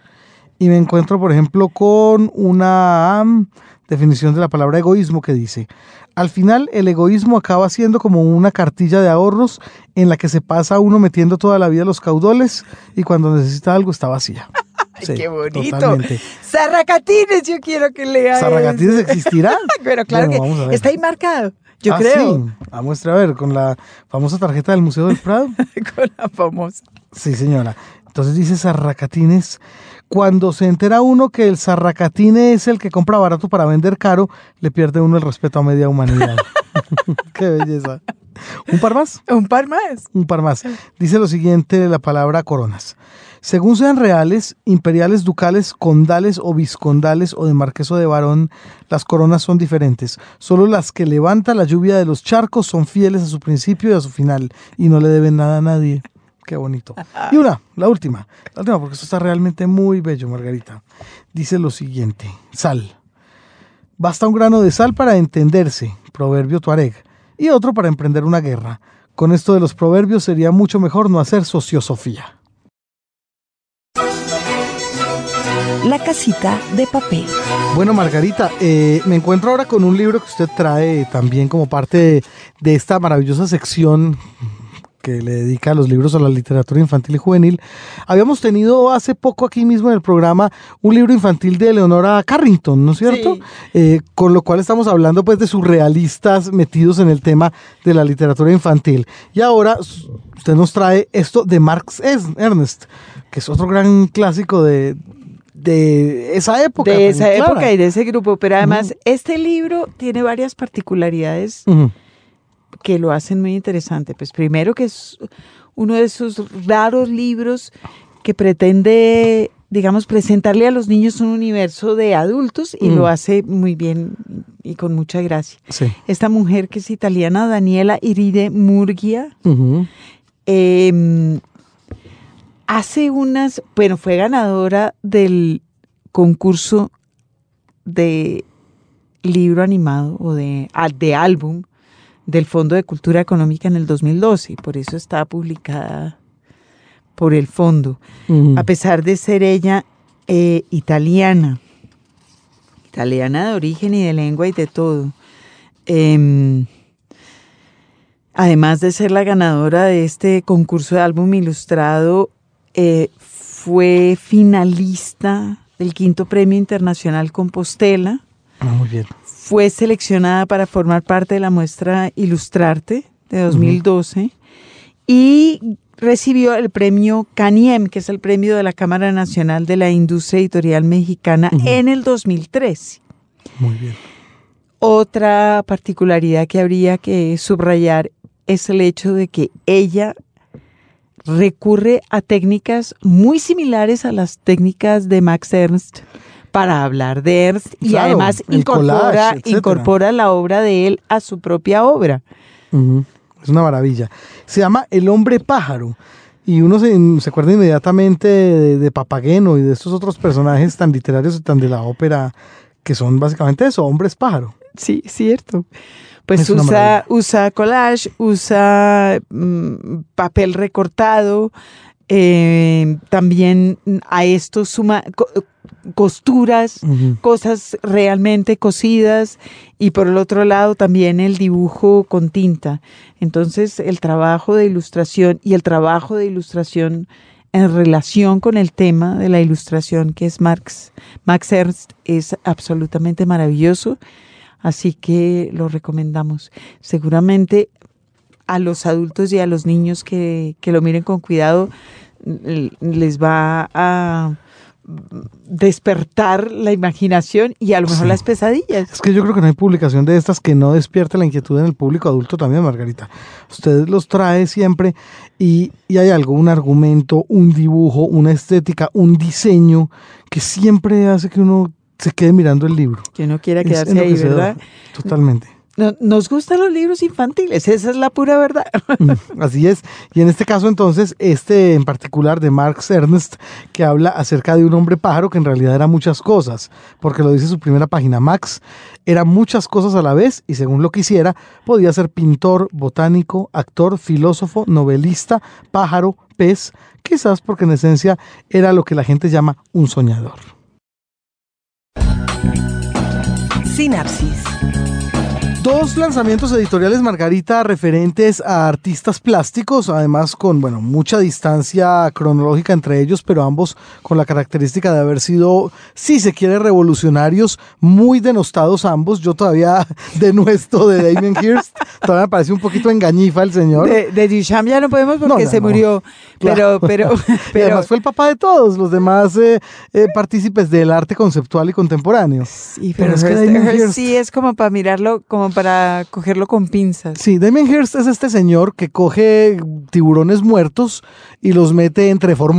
Y me encuentro, por ejemplo, con una definición de la palabra egoísmo que dice: al final, el egoísmo acaba siendo como una cartilla de ahorros en la que se pasa uno metiendo toda la vida los caudales y cuando necesita algo está vacía. ¡Ay, sí, qué bonito! Totalmente. Zarracatines, yo quiero que lea eso. ¿Zarracatines existirá? Pero claro, bueno, que está ahí marcado. Yo creo. Sí. A muestra, a ver, con la famosa tarjeta del Museo del Prado. Con la famosa. Sí, señora. Entonces dice Zarracatines. Cuando se entera uno que el zarracatine es el que compra barato para vender caro, le pierde uno el respeto a media humanidad. ¡Qué belleza! ¿Un par más? ¿Un par más? Un par más. Dice lo siguiente la palabra coronas. Según sean reales, imperiales, ducales, condales o viscondales o de marqués o de barón, las coronas son diferentes. Solo las que levanta la lluvia de los charcos son fieles a su principio y a su final, y no le deben nada a nadie. Qué bonito. Y la última, porque esto está realmente muy bello, Margarita. Dice lo siguiente: sal. Basta un grano de sal para entenderse, proverbio tuareg, y otro para emprender una guerra. Con esto de los proverbios sería mucho mejor no hacer sociosofía. La casita de papel. Bueno, Margarita, me encuentro ahora con un libro que usted trae también como parte de esta maravillosa sección que le dedica a los libros a la literatura infantil y juvenil. Habíamos tenido hace poco aquí mismo en el programa un libro infantil de Eleonora Carrington, ¿no es cierto? Sí. Con lo cual estamos hablando pues de surrealistas metidos en el tema de la literatura infantil. Y ahora usted nos trae esto de Max Ernst, que es otro gran clásico de esa época. De esa época y de ese grupo. Pero además este libro tiene varias particularidades que lo hacen muy interesante. Pues primero que es uno de esos raros libros que pretende, digamos, presentarle a los niños un universo de adultos y lo hace muy bien y con mucha gracia. Sí. Esta mujer que es italiana, Daniela Iride Murgia, fue ganadora del concurso de libro animado o de álbum del Fondo de Cultura Económica en el 2012, y por eso está publicada por el fondo. A pesar de ser ella italiana de origen y de lengua y de todo. Además de ser la ganadora de este concurso de álbum ilustrado, fue finalista del 5º Premio Internacional Compostela. Muy bien. Fue seleccionada para formar parte de la muestra Ilustrarte de 2012 y recibió el premio Caniem, que es el premio de la Cámara Nacional de la Industria Editorial Mexicana, en el 2013. Muy bien. Otra particularidad que habría que subrayar es el hecho de que ella recurre a técnicas muy similares a las técnicas de Max Ernst para hablar de Ernst, y claro, además incorpora la obra de él a su propia obra. Es una maravilla. Se llama El hombre pájaro, y uno se acuerda inmediatamente de Papageno y de estos otros personajes tan literarios y tan de la ópera, que son básicamente eso, hombres pájaro. Sí, cierto. Pues usa collage, usa papel recortado, también a esto suma costuras, cosas realmente cosidas, y por el otro lado también el dibujo con tinta. Entonces el trabajo de ilustración en relación con el tema de la ilustración, que es Max Ernst, es absolutamente maravilloso. Así que lo recomendamos. Seguramente a los adultos y a los niños que lo miren con cuidado les va a despertar la imaginación y a lo mejor las pesadillas. Es que yo creo que no hay publicación de estas que no despierte la inquietud en el público adulto también, Margarita. Usted los trae siempre y hay algo, un argumento, un dibujo, una estética, un diseño que siempre hace que uno se quede mirando el libro. Que no quiera quedarse ahí, ¿verdad? Totalmente. Nos gustan los libros infantiles, esa es la pura verdad. Así es. Y en este caso, entonces, este en particular de Max Ernst, que habla acerca de un hombre pájaro que en realidad era muchas cosas, porque lo dice su primera página. Max era muchas cosas a la vez y según lo quisiera, podía ser pintor, botánico, actor, filósofo, novelista, pájaro, pez, quizás porque en esencia era lo que la gente llama un soñador. Sinapsis. Dos lanzamientos editoriales, Margarita, referentes a artistas plásticos, además con mucha distancia cronológica entre ellos, pero ambos con la característica de haber sido, si se quiere, revolucionarios, muy denostados ambos. Yo todavía denuesto de Damien Hirst, todavía me parece un poquito engañifa el señor. De Duchamp ya no podemos porque se murió, claro. pero además fue el papá de todos los demás partícipes del arte conceptual y contemporáneo. Sí, pero es que Damien Hirst sí es como para mirarlo, como para cogerlo con pinzas. Sí, Damien Hirst es este señor que coge tiburones muertos y los mete entre formol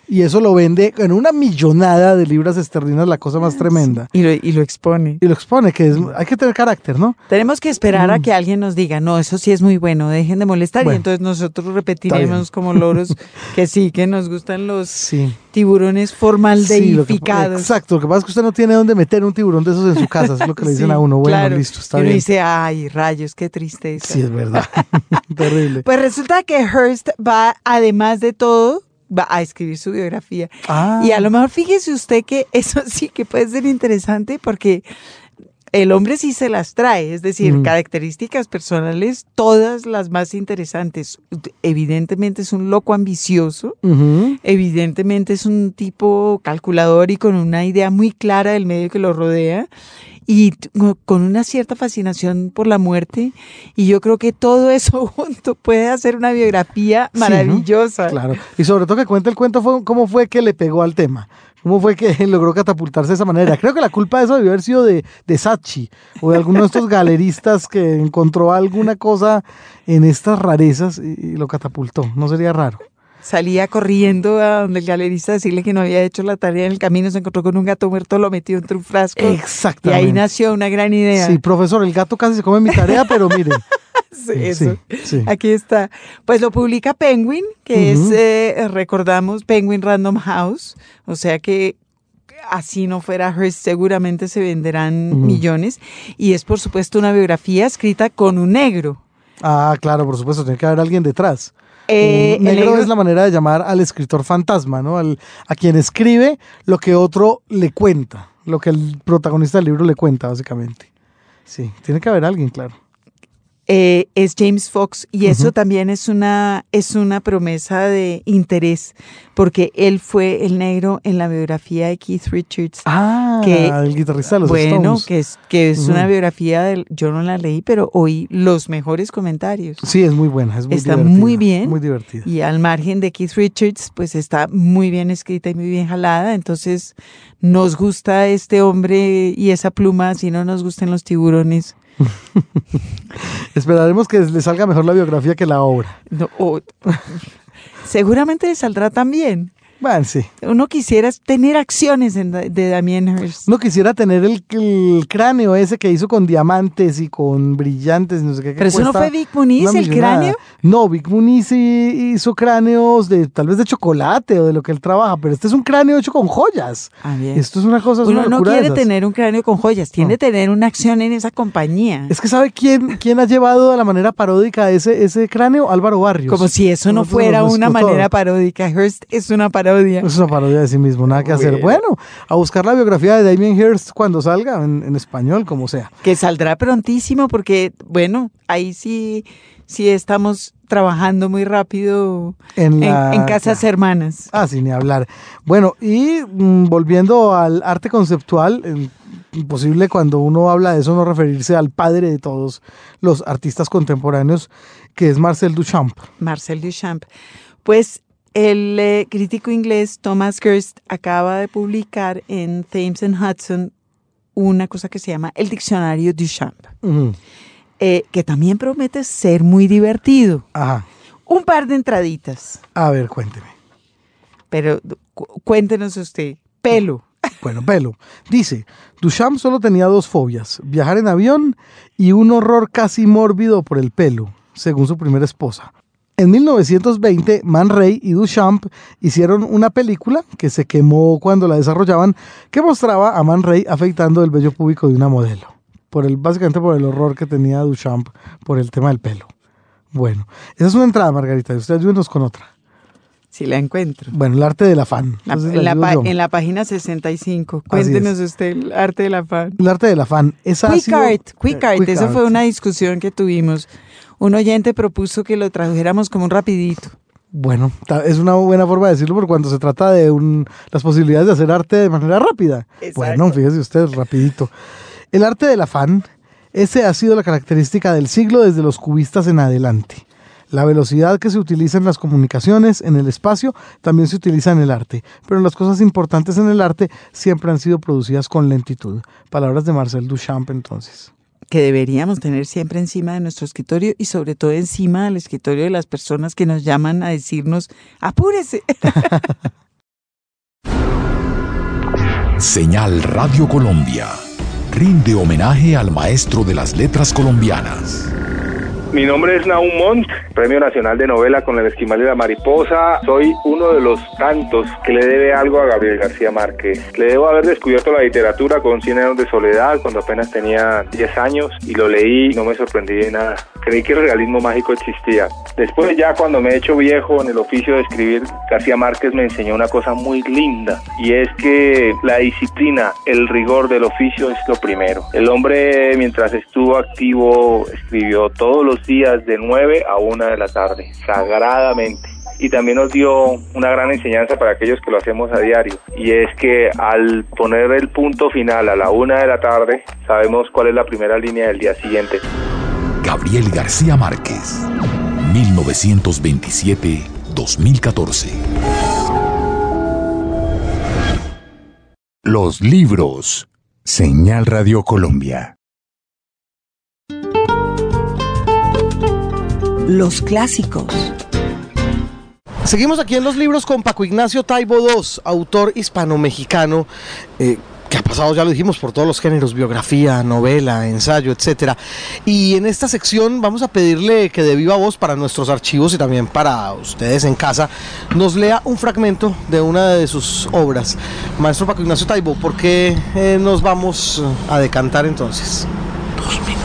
Y eso lo vende en una millonada de libras esterlinas, la cosa más tremenda. Y lo expone. Y lo expone, hay que tener carácter, ¿no? Tenemos que esperar a que alguien nos diga, no, eso sí es muy bueno, dejen de molestar. Bueno, y entonces nosotros repetiremos como loros que sí, que nos gustan los tiburones formaldeificados. Exacto, lo que pasa es que usted no tiene dónde meter un tiburón de esos en su casa, es lo que le dicen a uno. Bueno, claro. Listo, está bien. Y uno dice, ay, rayos, qué tristeza. Sí, es verdad. Terrible. Pues resulta que Hearst va, además de todo, va a escribir su biografía. Y a lo mejor fíjese usted que eso sí que puede ser interesante porque el hombre sí se las trae, es decir, características personales, todas las más interesantes. Evidentemente es un loco ambicioso, evidentemente es un tipo calculador y con una idea muy clara del medio que lo rodea, y con una cierta fascinación por la muerte, y yo creo que todo eso junto puede hacer una biografía maravillosa. Sí, ¿no? Claro, y sobre todo que cuente el cuento cómo fue que le pegó al tema, cómo fue que logró catapultarse de esa manera. Creo que la culpa de eso debió haber sido de Saatchi, o de alguno de estos galeristas que encontró alguna cosa en estas rarezas y lo catapultó, no sería raro. Salía corriendo a donde el galerista a decirle que no había hecho la tarea en el camino, se encontró con un gato muerto, lo metió entre un frasco. Exactamente. Y ahí nació una gran idea. Sí, profesor, el gato casi se come mi tarea, pero mire. Sí. Aquí está. Pues lo publica Penguin, que es, recordamos, Penguin Random House, o sea que así no fuera Hearst, seguramente se venderán millones, y es por supuesto una biografía escrita con un negro. Ah, claro, por supuesto, tiene que haber alguien detrás. Negro es la manera de llamar al escritor fantasma, ¿no? A quien escribe lo que otro le cuenta, lo que el protagonista del libro le cuenta, básicamente. Sí, tiene que haber alguien, claro. Es James Fox, y eso también es una promesa de interés, porque él fue el negro en la biografía de Keith Richards. El guitarrista de los Stones. Que es una biografía, yo no la leí, pero oí los mejores comentarios. Sí, es muy buena, es muy está divertida, muy bien. Muy divertida. Y al margen de Keith Richards, pues está muy bien escrita y muy bien jalada, entonces nos gusta este hombre y esa pluma, si no nos gustan los tiburones. Esperaremos que le salga mejor la biografía que la obra. No, seguramente le saldrá también. Bueno, sí. Uno quisiera tener acciones de Damien Hirst. Uno quisiera tener el cráneo ese que hizo con diamantes y con brillantes, no sé qué. ¿Pero eso no fue Vic Muniz, el cráneo? No, Vic Muniz hizo cráneos tal vez de chocolate o de lo que él trabaja, pero este es un cráneo hecho con joyas. Bien. Esto es una cosa, uno no quiere tener un cráneo con joyas, tiene que tener una acción en esa compañía. Es que ¿sabe quién ha llevado a la manera paródica ese cráneo? Álvaro Barrios. Como si eso no fuera una manera paródica. Hearst es una parodia. Es una parodia de sí mismo, nada que hacer. Bueno, a buscar la biografía de Damien Hirst cuando salga, en español, como sea. Que saldrá prontísimo porque, bueno, ahí sí estamos trabajando muy rápido en Casas Hermanas. Sí, ni hablar. Bueno, y volviendo al arte conceptual, imposible cuando uno habla de eso no referirse al padre de todos los artistas contemporáneos, que es Marcel Duchamp. Marcel Duchamp. Pues el crítico inglés Thomas Kirst acaba de publicar en Thames and Hudson una cosa que se llama el Diccionario Duchamp, que también promete ser muy divertido. Ajá. Un par de entraditas. A ver, cuénteme. Pero cuéntenos usted. Pelo. Bueno, pelo. Dice, Duchamp solo tenía 2 fobias, viajar en avión y un horror casi mórbido por el pelo, según su primera esposa. En 1920, Man Ray y Duchamp hicieron una película que se quemó cuando la desarrollaban, que mostraba a Man Ray afeitando el vello púbico de una modelo, básicamente por el horror que tenía Duchamp por el tema del pelo. Bueno, esa es una entrada, Margarita, y usted ayúdenos con otra. Si la encuentro. Bueno, el arte del afán. En la página 65. Cuéntenos usted el arte del afán. El arte del afán. Quick Art. Esa fue una discusión que tuvimos. Un oyente propuso que lo trajéramos como un rapidito. Bueno, es una buena forma de decirlo por cuando se trata de las posibilidades de hacer arte de manera rápida. Exacto. Bueno, fíjese usted, rapidito. El arte del afán, ese ha sido la característica del siglo desde los cubistas en adelante. La velocidad que se utiliza en las comunicaciones, en el espacio, también se utiliza en el arte. Pero las cosas importantes en el arte siempre han sido producidas con lentitud. Palabras de Marcel Duchamp, entonces. Que deberíamos tener siempre encima de nuestro escritorio y sobre todo encima del escritorio de las personas que nos llaman a decirnos, ¡apúrese! Señal Radio Colombia rinde homenaje al maestro de las letras colombianas. Mi nombre es Nahum Montt, Premio Nacional de Novela con El Esquimal y la Mariposa. Soy uno de los tantos que le debe algo a Gabriel García Márquez. Le debo haber descubierto la literatura con 100 años de soledad, cuando apenas tenía 10 años, y lo leí y no me sorprendí de nada. Creí que el realismo mágico existía. Después, ya cuando me he hecho viejo en el oficio de escribir, García Márquez me enseñó una cosa muy linda, y es que la disciplina, el rigor del oficio es lo primero. El hombre, mientras estuvo activo, escribió todos los días de 9 a 1 de la tarde, sagradamente. Y también nos dio una gran enseñanza para aquellos que lo hacemos a diario, y es que al poner el punto final a la 1 de la tarde, sabemos cuál es la primera línea del día siguiente. Gabriel García Márquez, 1927-2014. Los libros. Señal Radio Colombia. Los clásicos. Seguimos aquí en los libros con Paco Ignacio Taibo II, autor hispano-mexicano, que ha pasado, ya lo dijimos, por todos los géneros: biografía, novela, ensayo, etcétera. Y en esta sección vamos a pedirle que de viva voz, para nuestros archivos y también para ustedes en casa, nos lea un fragmento de una de sus obras. Maestro Paco Ignacio Taibo, ¿por qué nos vamos a decantar entonces? 2 minutos.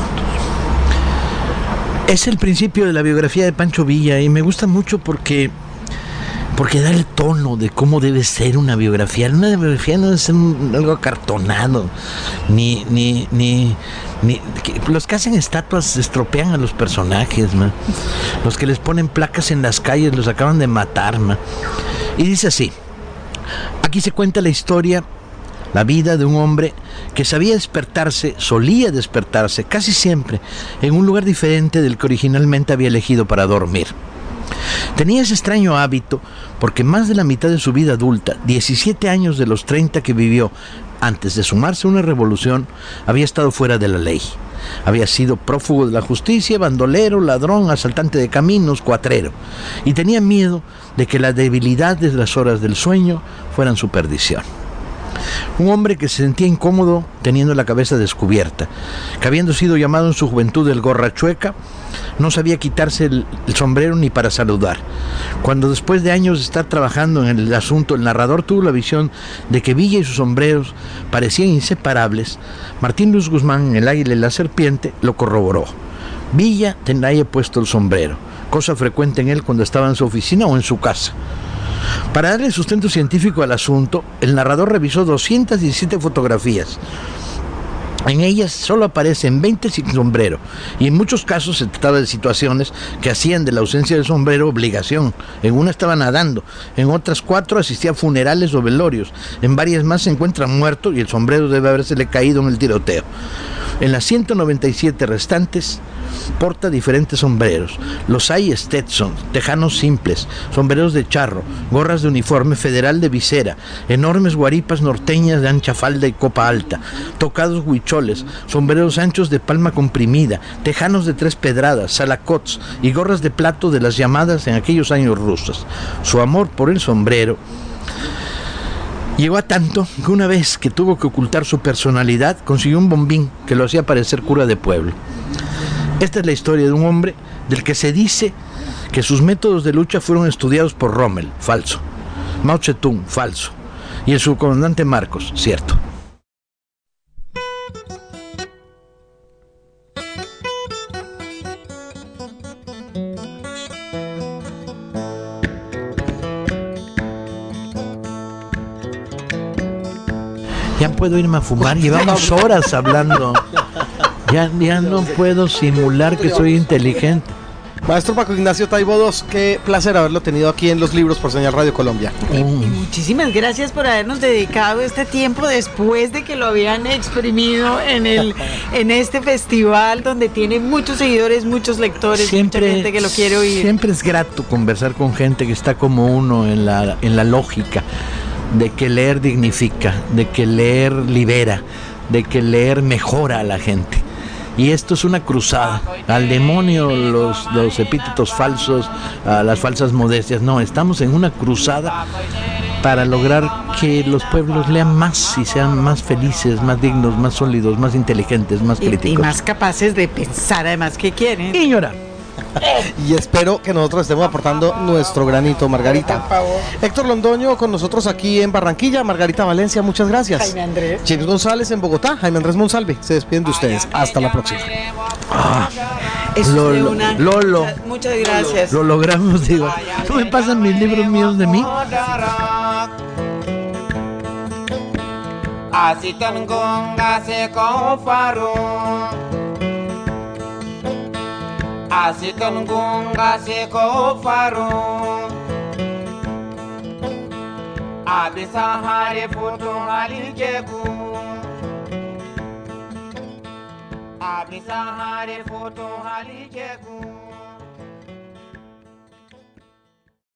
Es el principio de la biografía de Pancho Villa, y me gusta mucho porque da el tono de cómo debe ser una biografía. Una biografía no debe ser algo acartonado, ni los que hacen estatuas estropean a los personajes, man. Los que les ponen placas en las calles los acaban de matar, man. Y dice así: aquí se cuenta la historia, la vida de un hombre que solía despertarse casi siempre en un lugar diferente del que originalmente había elegido para dormir. Tenía ese extraño hábito porque más de la mitad de su vida adulta, 17 años de los 30 que vivió antes de sumarse a una revolución, había estado fuera de la ley. Había sido prófugo de la justicia, bandolero, ladrón, asaltante de caminos, cuatrero, y tenía miedo de que la debilidad de las horas del sueño fueran su perdición. Un hombre que se sentía incómodo teniendo la cabeza descubierta, que habiendo sido llamado en su juventud el gorra chueca, no sabía quitarse el sombrero ni para saludar. Cuando después de años de estar trabajando en el asunto, el narrador tuvo la visión de que Villa y sus sombreros parecían inseparables, Martín Luis Guzmán, en El Águila y la Serpiente, lo corroboró. Villa tenía puesto el sombrero, cosa frecuente en él cuando estaba en su oficina o en su casa. Para darle sustento científico al asunto, el narrador revisó 217 fotografías. En ellas solo aparecen 20 sin sombrero, y en muchos casos se trataba de situaciones que hacían de la ausencia de sombrero obligación. En una estaba nadando, en otras 4 asistía a funerales o velorios, en varias más se encuentra muerto y el sombrero debe habérsele caído en el tiroteo. En las 197 restantes porta diferentes sombreros. Los hay Stetson, tejanos simples, sombreros de charro, gorras de uniforme federal de visera, enormes guaripas norteñas de ancha falda y copa alta, tocados huicholes, sombreros anchos de palma comprimida, tejanos de 3 pedradas, salacots y gorras de plato de las llamadas en aquellos años rusas. Su amor por el sombrero llegó a tanto que una vez que tuvo que ocultar su personalidad, consiguió un bombín que lo hacía parecer cura de pueblo. Esta es la historia de un hombre del que se dice que sus métodos de lucha fueron estudiados por Rommel, falso; Mao Zedong, falso; y el subcomandante Marcos, cierto. Ya puedo irme a fumar, llevamos horas hablando. Ya no puedo simular que soy inteligente. Maestro Paco Ignacio Taibo II, qué placer haberlo tenido aquí en Los Libros por Señal Radio Colombia. Muchísimas gracias por habernos dedicado este tiempo después de que lo habían exprimido en este festival donde tiene muchos seguidores, muchos lectores, mucha gente que lo quiere oír. Siempre es grato conversar con gente que está como uno en la lógica de que leer dignifica, de que leer libera, de que leer mejora a la gente. Y esto es una cruzada al demonio, los epítetos falsos, a las falsas modestias. No, estamos en una cruzada para lograr que los pueblos lean más y sean más felices, más dignos, más sólidos, más inteligentes, más críticos. Y más capaces de pensar además qué quieren. Y llorar. Y espero que nosotros estemos aportando nuestro granito, Margarita. Héctor Londoño con nosotros aquí en Barranquilla, Margarita Valencia, muchas gracias. Jaime Andrés. James González en Bogotá, Jaime Andrés Monsalve, se despiden de ustedes. Hasta la próxima. Lolo. Muchas gracias. Lo logramos, digo. ¿Tú me pasan mis libros míos de mí? Así gonga se confaro. Así gonga se confaro. Abisa hare foto halijegu. Abisa hare foto halijegu.